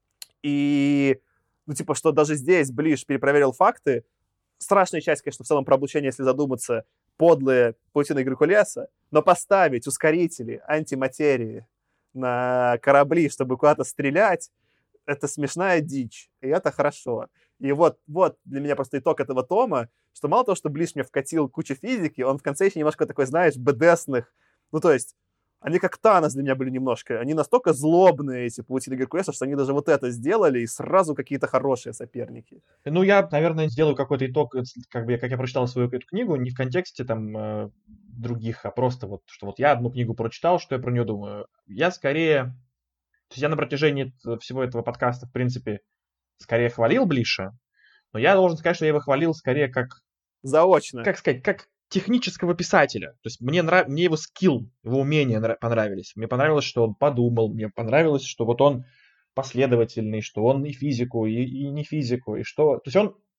S1: И, ну, типа, что даже здесь Блиш перепроверил факты. Страшная часть, конечно, в целом про облучение, если задуматься, подлые паутины Геркулеса, но поставить ускорители антиматерии на корабли, чтобы куда-то стрелять, это смешная дичь, и это хорошо. И вот для меня просто итог этого тома, что мало того, что Блиш мне вкатил кучу физики, он в конце еще немножко такой, знаешь, БДСных, ну, то есть, они как Танос для меня были немножко, они настолько злобные, эти паутины Геркулеса, что они даже вот это сделали, и сразу какие-то хорошие соперники.
S3: Ну, я, наверное, сделаю какой-то итог, как бы, как я прочитал свою эту книгу, не в контексте там других, а просто вот, что вот я одну книгу прочитал, что я про нее думаю. Я скорее, то есть я на протяжении всего этого подкаста, в принципе, скорее хвалил Блиша, но я должен сказать, что я его хвалил скорее как...
S1: Заочно.
S3: Как сказать, как технического писателя. То есть мне его скилл, его умения понравились. Мне понравилось, что он подумал, мне понравилось, что вот он последовательный, что он и физику, и не физику, и что... То есть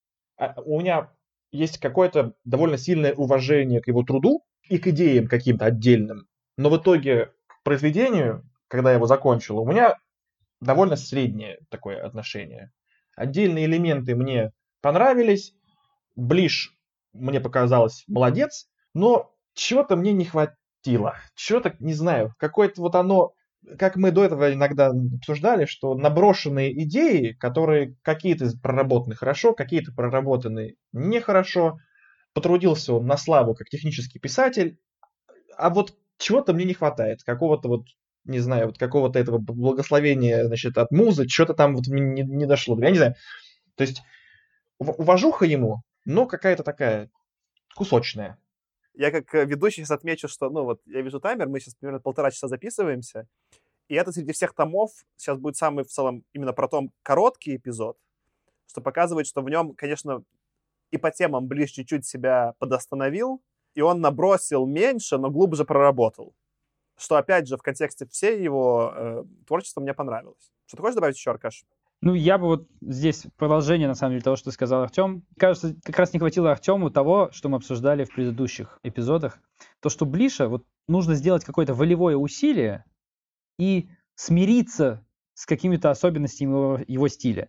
S3: у меня есть какое-то довольно сильное уважение к его труду и к идеям каким-то отдельным. Но в итоге к произведению, когда я его закончил, у меня довольно среднее такое отношение. Отдельные элементы мне понравились. Блиш мне показалось молодец, но чего-то мне не хватило. Чего-то, не знаю, какое-то вот оно, как мы до этого иногда обсуждали, что наброшенные идеи, которые какие-то проработаны хорошо, какие-то проработаны нехорошо, потрудился он на славу как технический писатель, а вот чего-то мне не хватает, какого-то вот, не знаю, вот какого-то этого благословения, значит, от музы, что-то там вот мне не дошло. Я не знаю. То есть уважуха ему, но какая-то такая кусочная.
S1: Я как ведущий сейчас отмечу, что, ну вот, я вижу таймер, мы сейчас примерно 1,5 часа записываемся, и это среди всех томов сейчас будет самый в целом именно про том короткий эпизод, что показывает, что в нем, конечно, и по темам Блиш чуть-чуть себя подостановил, и он набросил меньше, но глубже проработал. Что, опять же, в контексте всей его творчества мне понравилось. Что ты хочешь добавить еще, Аркаш?
S2: Ну, я бы вот здесь продолжение, на самом деле, того, что сказал Артем. Кажется, как раз не хватило Артему того, что мы обсуждали в предыдущих эпизодах. То, что Блиша вот нужно сделать какое-то волевое усилие и смириться с какими-то особенностями его стиля.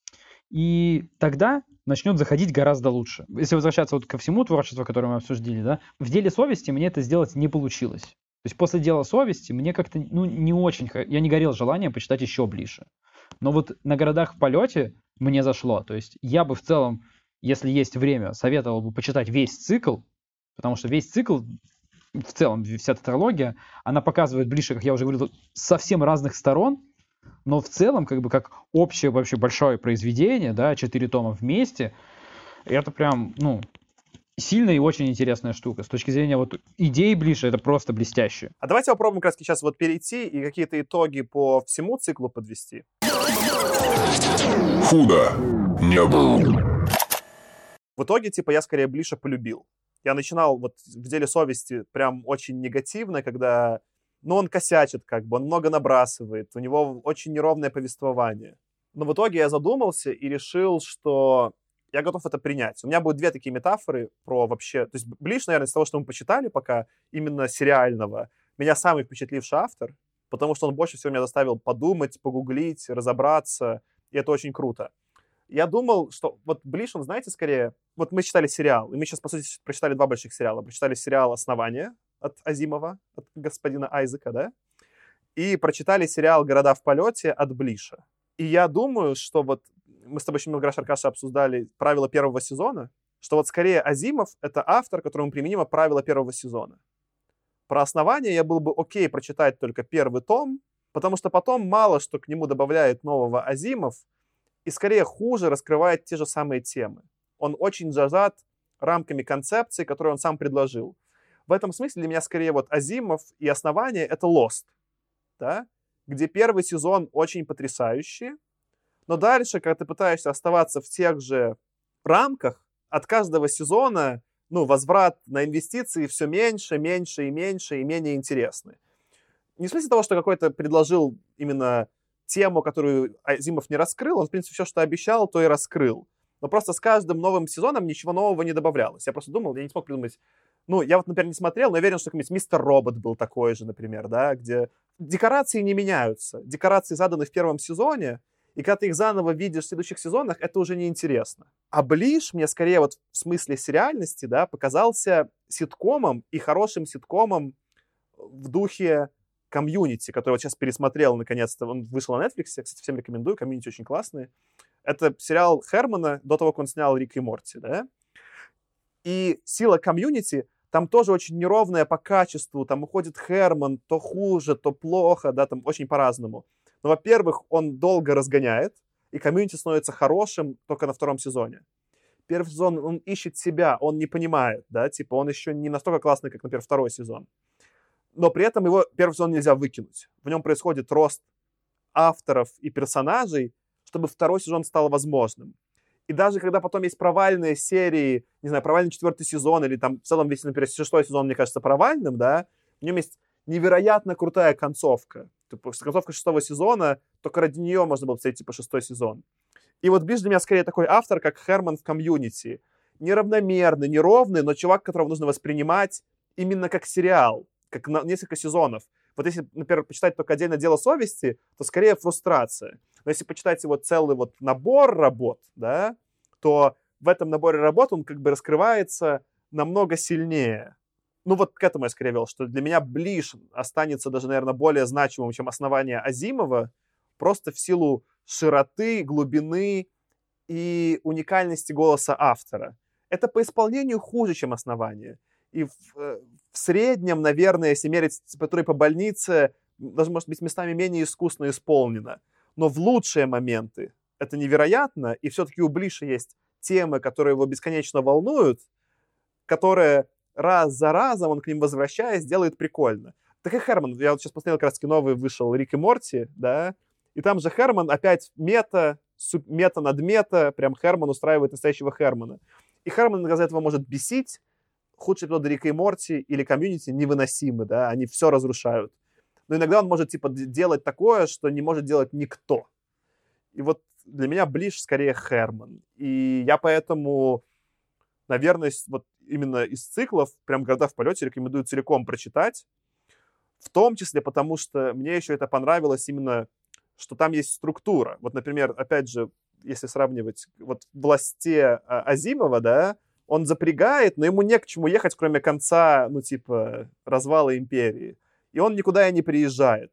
S2: И тогда начнет заходить гораздо лучше. Если возвращаться вот ко всему творчеству, которое мы обсудили, да, в «Деле совести» мне это сделать не получилось. То есть после «Дела совести» мне как-то, ну, не очень... Я не горел желанием почитать еще Блиша. Но вот на «Городах в полете» мне зашло. То есть я бы в целом, если есть время, советовал бы почитать весь цикл, потому что весь цикл, в целом вся тетралогия, она показывает Блиша, как я уже говорил, с совсем разных сторон, но в целом как бы как общее вообще большое произведение, да, 4 тома вместе, это прям, ну, сильная и очень интересная штука. С точки зрения вот идей Блиша, это просто блестяще.
S1: А давайте попробуем как раз сейчас вот перейти и какие-то итоги по всему циклу подвести.
S4: Худо не было.
S1: В итоге, типа, я скорее Блиша полюбил. Я начинал вот в «Деле совести» прям очень негативно, когда, ну, он косячит как бы, он много набрасывает, у него очень неровное повествование. Но в итоге я задумался и решил, что я готов это принять. У меня будут 2 такие метафоры про вообще... То есть Блиш, наверное, из того, что мы почитали пока, именно сериального, меня самый впечатливший автор, потому что он больше всего меня заставил подумать, погуглить, разобраться, и это очень круто. Я думал, что вот Блиш, он, знаете, скорее... Вот мы читали сериал, и мы сейчас, по сути, прочитали 2 больших сериала. Прочитали сериал «Основание» от Азимова, от господина Айзека, да? И прочитали сериал «Города в полете» от Блиша. И я думаю, что вот мы с тобой еще много раз, Аркаша, обсуждали правила 1-го сезона, что вот скорее Азимов — это автор, которому применимо правило 1-го сезона. Про «Основание» я был бы окей прочитать только 1-й том, потому что потом мало что к нему добавляет нового Азимов, и скорее хуже раскрывает те же самые темы. Он очень зажат рамками концепции, которые он сам предложил. В этом смысле для меня скорее вот Азимов и «Основание» — это Lost, да? Где 1-й сезон очень потрясающий, но дальше, когда ты пытаешься оставаться в тех же рамках, от каждого сезона, ну, возврат на инвестиции все меньше, меньше и меньше и менее интересны. Не в смысле того, что какой-то предложил именно тему, которую Азимов не раскрыл, он, в принципе, все, что обещал, то и раскрыл. Но просто с каждым новым сезоном ничего нового не добавлялось. Я просто думал, я не смог придумать Ну, я вот, например, не смотрел, но я уверен, что какой-нибудь «Мистер Робот» был такой же, например, да, где декорации не меняются. Декорации заданы в первом сезоне, и когда ты их заново видишь в следующих сезонах, это уже неинтересно. А «Блич» мне скорее вот в смысле сериальности, да, показался ситкомом и хорошим ситкомом в духе «Комьюнити», который вот сейчас пересмотрел наконец-то. Он вышел на Netflix, я, кстати, всем рекомендую, «Комьюнити» очень классный. Это сериал Хермана до того, как он снял «Рик и Морти», да. И сила «Комьюнити» там тоже очень неровная по качеству. Там уходит Херман, то хуже, то плохо, да, там очень по-разному. Но, во-первых, он долго разгоняет, и «Комьюнити» становится хорошим только на втором сезоне. Первый сезон он ищет себя, он не понимает, да, типа он еще не настолько классный, как, например, второй сезон. Но при этом его первый сезон нельзя выкинуть. В нем происходит рост авторов и персонажей, чтобы второй сезон стал возможным. И даже когда потом есть провальные серии, не знаю, провальный 4-й сезон, или там в целом весь, например, 6-й сезон, мне кажется, провальным, да, в нем есть невероятно крутая концовка. Типа, концовка 6-го сезона, только ради нее можно было посмотреть, типа, 6-й сезон. И вот Блич для меня скорее такой автор, как Херман в «Комьюнити». Неравномерный, неровный, но чувак, которого нужно воспринимать именно как сериал, как несколько сезонов. Вот если, например, почитать только отдельно «Дело совести», то скорее фрустрация. Но если почитать его целый вот набор работ, да, то в этом наборе работ он как бы раскрывается намного сильнее. Ну вот к этому я скорее вел, что для меня Блич останется даже, наверное, более значимым, чем «Основание» Азимова, просто в силу широты, глубины и уникальности голоса автора. Это по исполнению хуже, чем «Основание». И в среднем, наверное, если мерить температурой по больнице, даже, может быть, местами менее искусно исполнено. Но в лучшие моменты это невероятно, и все-таки у Блиша есть темы, которые его бесконечно волнуют, которые раз за разом он к ним возвращаясь, делает прикольно. Так и Херман, я вот сейчас посмотрел, как раз новый вышел «Рик и Морти», да, и там же Херман опять мета над мета, прям Херман устраивает настоящего Хермана. И Херман из-за этого может бесить. Худшие эпизоды «Рика и Морти» или «Комьюнити» невыносимы, да, они все разрушают. Но иногда он может, типа, делать такое, что не может делать никто. И вот для меня Блич скорее Херман. И я поэтому, наверное, вот именно из циклов прям «Города в полете» рекомендую целиком прочитать. В том числе потому, что мне еще это понравилось именно, что там есть структура. Вот, например, опять же, если сравнивать вот в «Власте» Азимова, да, он запрягает, но ему не к чему ехать, кроме конца, ну, типа, развала империи. И он никуда и не приезжает.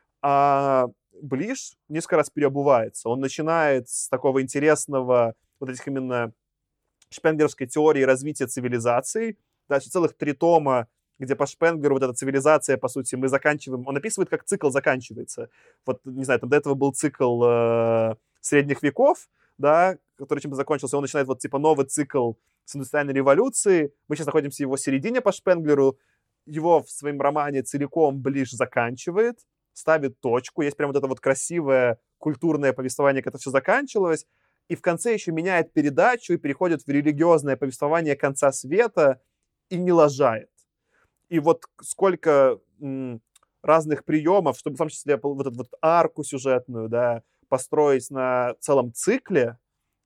S1: А Блич несколько раз переобувается. Он начинает с такого интересного, вот этих именно шпенгеровской теории развития цивилизации. Дальше целых 3 тома, где по Шпенгеру вот эта цивилизация, по сути, мы заканчиваем. Он описывает, как цикл заканчивается. Вот, не знаю, там до этого был цикл средних веков, да, который чем-то закончился. Он начинает вот, типа, новый цикл с индустриальной революции. Мы сейчас находимся в его середине по Шпенглеру. Его в своем романе целиком Блич заканчивает, ставит точку. Есть прям вот это вот красивое культурное повествование, как это все заканчивалось. И в конце еще меняет передачу и переходит в религиозное повествование конца света и не лажает. И вот сколько разных приемов, чтобы в том числе вот эту вот арку сюжетную, да, построить на целом цикле,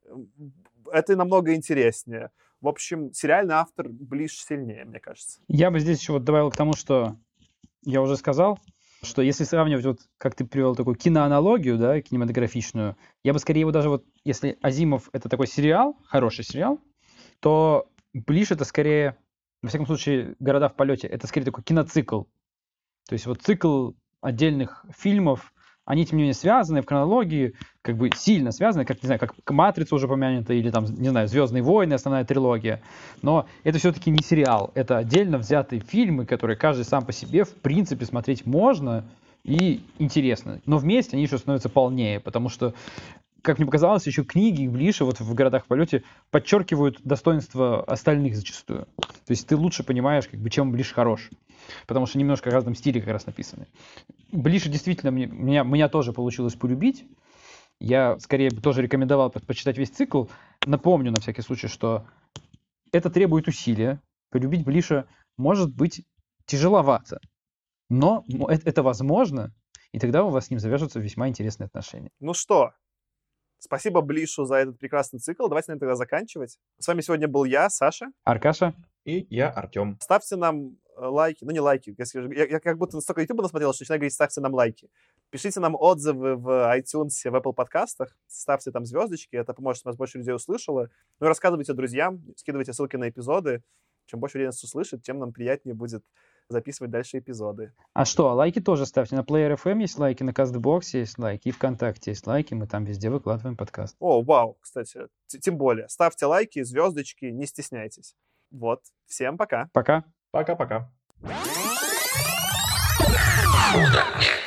S1: это намного интереснее. В общем, сериальный автор Блич сильнее, мне кажется.
S2: Я бы здесь еще вот добавил к тому, что я уже сказал, что если сравнивать, вот как ты привел такую киноаналогию, да, кинематографичную, я бы скорее его даже вот, если Азимов это такой сериал, хороший сериал, то Блич это скорее, во всяком случае, «Города в полете», это скорее такой киноцикл. То есть вот цикл отдельных фильмов, они, тем не менее, связаны в хронологии, как бы сильно связаны, как, не знаю, как «Матрица» уже упомянута, или там, не знаю, «Звездные войны», основная трилогия. Но это все-таки не сериал, это отдельно взятые фильмы, которые каждый сам по себе, в принципе, смотреть можно и интересно. Но вместе они еще становятся полнее, потому что, как мне показалось, еще книги Блиша вот в «Городах в полете» подчеркивают достоинства остальных зачастую. То есть ты лучше понимаешь, как бы, чем Блиш хорош. Потому что немножко в разном стиле как раз написаны. Блиша действительно меня тоже получилось полюбить. Я скорее бы тоже рекомендовал почитать весь цикл. Напомню на всякий случай, что это требует усилия. Полюбить Блиша может быть тяжеловато. Но это возможно, и тогда у вас с ним завяжутся весьма интересные отношения.
S1: Ну что, Спасибо Блишу за этот прекрасный цикл. Давайте, наверное, тогда заканчивать. С вами сегодня был я, Саша.
S2: Аркаша.
S3: И я, Артем.
S1: Ставьте нам лайки. Ну, не лайки. Я как будто настолько YouTube насмотрел, что начинаю говорить, ставьте нам лайки. Пишите нам отзывы в iTunes, в Apple подкастах. Ставьте там звездочки. Это поможет, чтобы нас больше людей услышало. Ну и рассказывайте друзьям. Скидывайте ссылки на эпизоды. Чем больше людей нас услышит, тем нам приятнее будет записывать дальше эпизоды.
S2: А что, лайки тоже ставьте. На Player FM есть лайки, на CastBox есть лайки, и ВКонтакте есть лайки. Мы там везде выкладываем подкаст.
S1: О, вау, кстати. Тем более. Ставьте лайки, звездочки, не стесняйтесь. Вот. Всем пока.
S2: Пока.
S3: Пока-пока.
S4: Удачи.